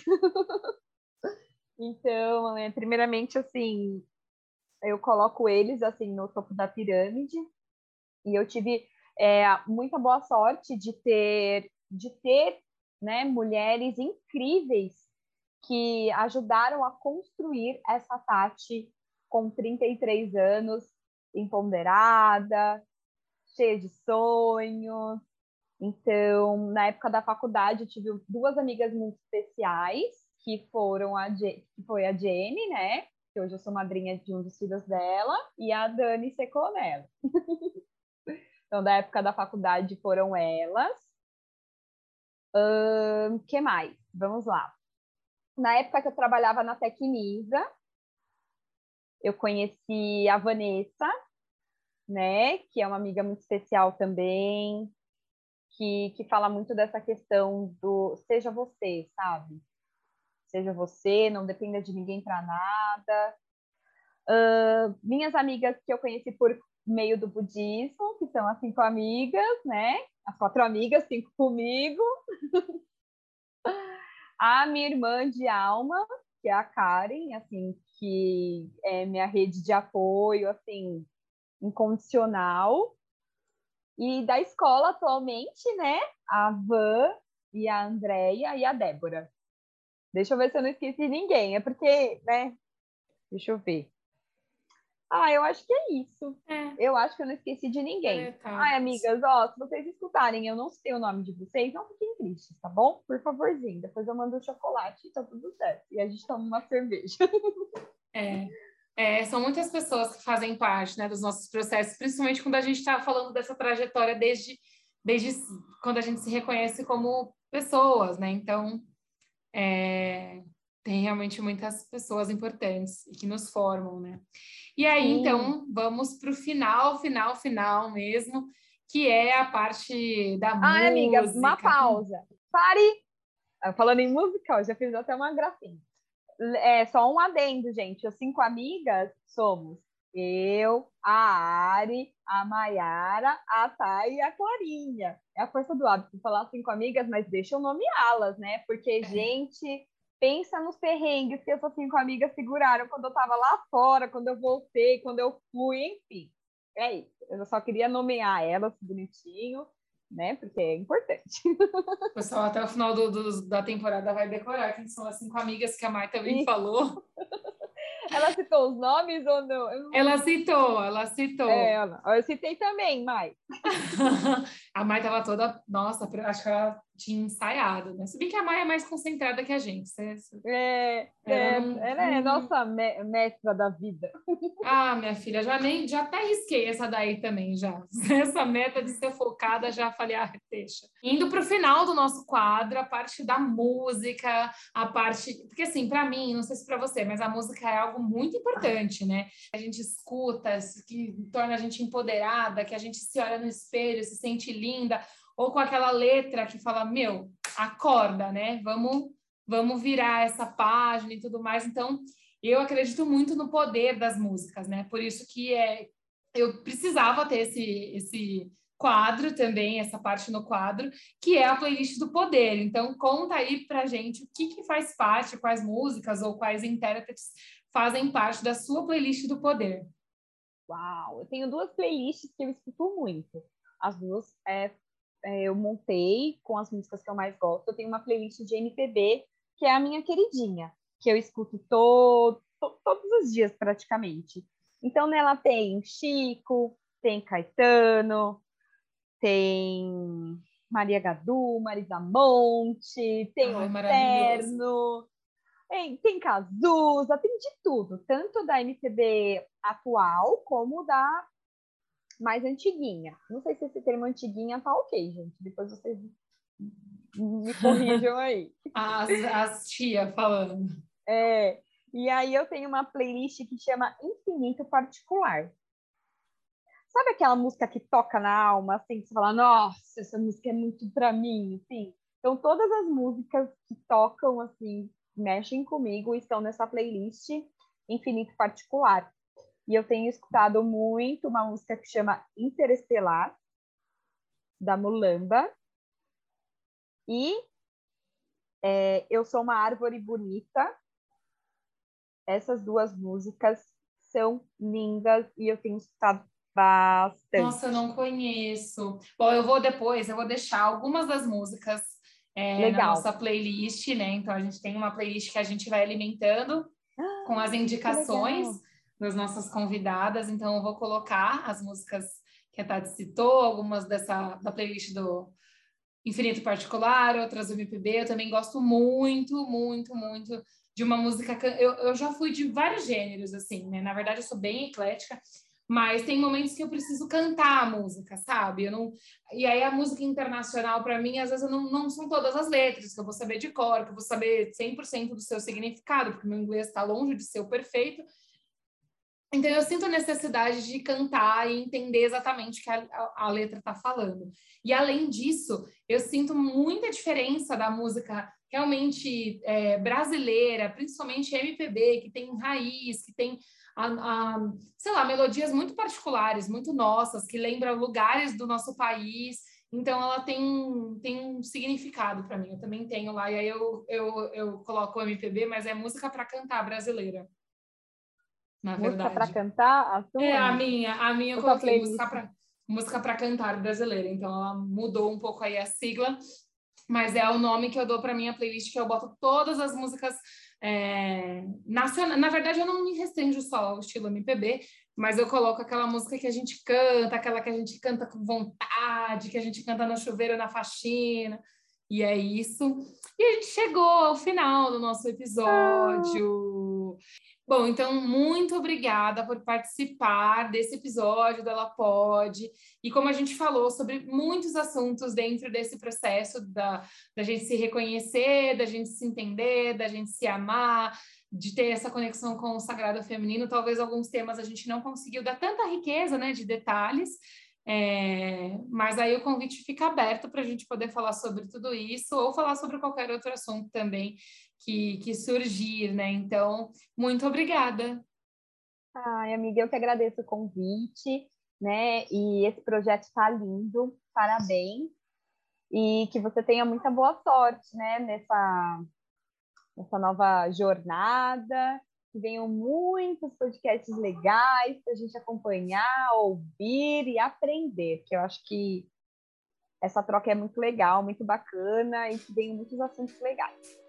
Speaker 2: Então, é, primeiramente, assim, eu coloco eles, assim, no topo da pirâmide. E eu tive é, muita boa sorte de ter, de ter, né, mulheres incríveis que ajudaram a construir essa Tati com trinta e três anos, empoderada, cheia de sonhos. Então, na época da faculdade, eu tive duas amigas muito especiais, que foram a Je- que foi a Jenny, né? Que hoje eu sou madrinha de um dos filhos dela, e a Dani Seconello. Então, da época da faculdade foram elas. O uh, que mais? Vamos lá. Na época que eu trabalhava na Tecnisa, eu conheci a Vanessa, né? Que é uma amiga muito especial também, que, que fala muito dessa questão do seja você, sabe? Seja você, não dependa de ninguém para nada. Uh, minhas amigas que eu conheci por meio do budismo, que são as cinco amigas, né? As quatro amigas, cinco comigo. A minha irmã de alma, que é a Karen, assim, que é minha rede de apoio, assim, incondicional. E da escola atualmente, né? A Van e a Andrea e a Débora. Deixa eu ver se eu não esqueci ninguém. É porque, né? Deixa eu ver. Ah, eu acho que é isso.
Speaker 1: É,
Speaker 2: Eu acho que eu não esqueci de ninguém. Ai,
Speaker 1: etapas.
Speaker 2: amigas, ó, se vocês escutarem, eu não sei o nome de vocês, não fiquem tristes, tá bom? Por favorzinho. Depois eu mando o chocolate e tá tudo certo. E a gente toma uma cerveja.
Speaker 1: É, é, são muitas pessoas que fazem parte, né, dos nossos processos, principalmente quando a gente está falando dessa trajetória desde, desde quando a gente se reconhece como pessoas, né? Então, é, tem realmente muitas pessoas importantes e que nos formam, né? E aí,
Speaker 2: Sim.
Speaker 1: então, vamos para o final, final, final mesmo, que é a parte da
Speaker 2: Ai, amiga, uma
Speaker 1: música.
Speaker 2: pausa. Pare! Falando em musical, já fiz até uma grafinha. É só um adendo, gente. Os cinco amigas somos eu, a Ari, a Maiara, a Thay e a Clarinha. É a força do hábito falar cinco amigas, mas deixa eu nomeá-las, né? Porque, gente, pensa nos perrengues que essas cinco amigas seguraram quando eu tava lá fora, quando eu voltei, quando eu fui, enfim. É isso. Eu só queria nomear elas bonitinho, né? Porque é importante.
Speaker 1: O pessoal até o final do, do, da temporada vai decorar quem são as cinco amigas que a Mai também
Speaker 2: E...
Speaker 1: falou.
Speaker 2: Ela citou os nomes ou não? Eu não...
Speaker 1: Ela citou, ela citou.
Speaker 2: É, eu citei também, Mai.
Speaker 1: A Mai tava toda, nossa, acho que ela tinha ensaiado, né? Se bem que a Mai é mais concentrada que a gente. Você, você...
Speaker 2: É,
Speaker 1: ela,
Speaker 2: é,
Speaker 1: não,
Speaker 2: ela é
Speaker 1: não...
Speaker 2: nossa me mestra da vida.
Speaker 1: Ah, minha filha, já nem, já até risquei essa daí também, já. Essa meta de ser focada, já falei, ah, deixa. Indo para o final do nosso quadro, a parte da música, a parte... Porque, assim, para mim, não sei se para você, mas a música é algo muito importante, né? A gente escuta, que torna a gente empoderada, que a gente se olha no espelho, se sente linda, ou com aquela letra que fala, meu, acorda, né? Vamos, vamos virar essa página e tudo mais. Então... Eu acredito muito no poder das músicas, né? Por isso que é, eu precisava ter esse, esse quadro também, essa parte no quadro, que é a playlist do poder. Então, conta aí pra gente o que, que faz parte, quais músicas ou quais intérpretes fazem parte da sua playlist do poder.
Speaker 2: Uau! Eu tenho duas playlists que eu escuto muito. As duas é, é, eu montei com as músicas que eu mais gosto. Eu tenho uma playlist de M P B, que é a minha queridinha, que eu escuto todo, to, todos os dias praticamente. Então, nela tem Chico, tem Caetano, tem Maria Gadu, Marisa Monte, tem
Speaker 1: Ai,
Speaker 2: O
Speaker 1: maravilhoso.
Speaker 2: Terno, tem, tem Cazuza, tem de tudo, tanto da M P B atual como da mais antiguinha. Não sei se esse termo antiguinha tá ok, gente. Depois vocês me corrijam aí.
Speaker 1: As, as tia falando.
Speaker 2: É, e aí eu tenho uma playlist que chama Infinito Particular. Sabe aquela música que toca na alma, assim, que você fala, nossa, essa música é muito pra mim, assim? Então, todas as músicas que tocam, assim, mexem comigo, estão nessa playlist Infinito Particular. E eu tenho escutado muito uma música que chama Interestelar, da Mulamba, e é, Eu Sou Uma Árvore Bonita. Essas duas músicas são lindas e eu tenho escutado bastante.
Speaker 1: Nossa, eu não conheço. Bom, eu vou depois, eu vou deixar algumas das músicas é, na nossa playlist, né? Então, a gente tem uma playlist que a gente vai alimentando
Speaker 2: Ah,
Speaker 1: com as indicações das nossas convidadas. Então, eu vou colocar as músicas que a Tati citou, algumas dessa, da playlist do Infinito Particular, outras do M P B. Eu também gosto muito, muito, muito de uma música... Eu, eu já fui de vários gêneros, assim, né? Na verdade, eu sou bem eclética, mas tem momentos que eu preciso cantar a música, sabe? Eu não... E aí a música internacional, para mim, às vezes eu não, não são todas as letras que eu vou saber de cor, que eu vou saber cem por cento do seu significado, porque meu inglês está longe de ser o perfeito. Então eu sinto a necessidade de cantar e entender exatamente o que a, a, a letra está falando. E além disso, eu sinto muita diferença da música realmente é, brasileira, principalmente M P B, que tem raiz, que tem A, a, sei lá, melodias muito particulares, muito nossas, que lembram lugares do nosso país. Então, ela tem, tem um significado para mim. Eu também tenho lá, e aí eu, eu, eu coloco o M P B, mas é música para cantar brasileira, na
Speaker 2: música para
Speaker 1: verdade.
Speaker 2: cantar, a sua?
Speaker 1: É, a
Speaker 2: Amiga?
Speaker 1: minha, a minha eu
Speaker 2: A sua
Speaker 1: coloquei
Speaker 2: playlist?
Speaker 1: música para música para cantar brasileira. Então, ela mudou um pouco aí a sigla, mas é o nome que eu dou para minha playlist, que eu boto todas as músicas é, nacionais. Na verdade, eu não me restringo só ao estilo M P B, mas eu coloco aquela música que a gente canta, aquela que a gente canta com vontade, que a gente canta no chuveiro, na faxina. E é isso. E a gente chegou ao final do nosso episódio. Ah. Bom, então, muito obrigada por participar desse episódio do Ela Pode. E como a gente falou sobre muitos assuntos dentro desse processo da, da gente se reconhecer, da gente se entender, da gente se amar, de ter essa conexão com o sagrado feminino, talvez alguns temas a gente não conseguiu dar tanta riqueza, né, de detalhes, É, mas aí o convite fica aberto para a gente poder falar sobre tudo isso ou falar sobre qualquer outro assunto também que, que surgir, né? Então, muito obrigada.
Speaker 2: Ai, amiga, eu que agradeço o convite, né? E esse projeto está lindo, parabéns. E que você tenha muita boa sorte, né? Nessa, nessa nova jornada. Que venham muitos podcasts legais para a gente acompanhar, ouvir e aprender, que eu acho que essa troca é muito legal, muito bacana e que venham muitos assuntos legais.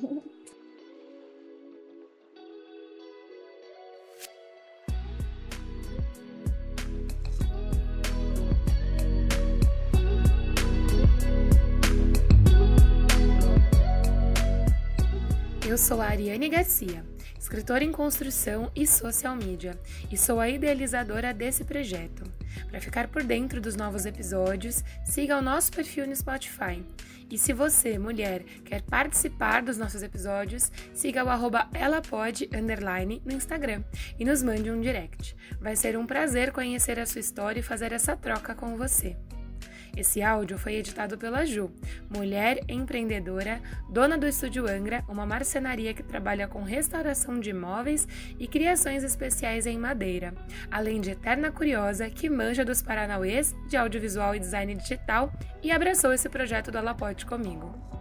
Speaker 1: Eu sou a Ariane Garcia, escritora em construção e social media, e sou a idealizadora desse projeto. Para ficar por dentro dos novos episódios, siga o nosso perfil no Spotify. E se você, mulher, quer participar dos nossos episódios, siga o arroba elapod underline no Instagram e nos mande um direct. Vai ser um prazer conhecer a sua história e fazer essa troca com você. Esse áudio foi editado pela Ju, mulher empreendedora, dona do Estúdio Angra, uma marcenaria que trabalha com restauração de imóveis e criações especiais em madeira, além de eterna curiosa que manja dos paranauês de audiovisual e design digital e abraçou esse projeto do Alapod comigo.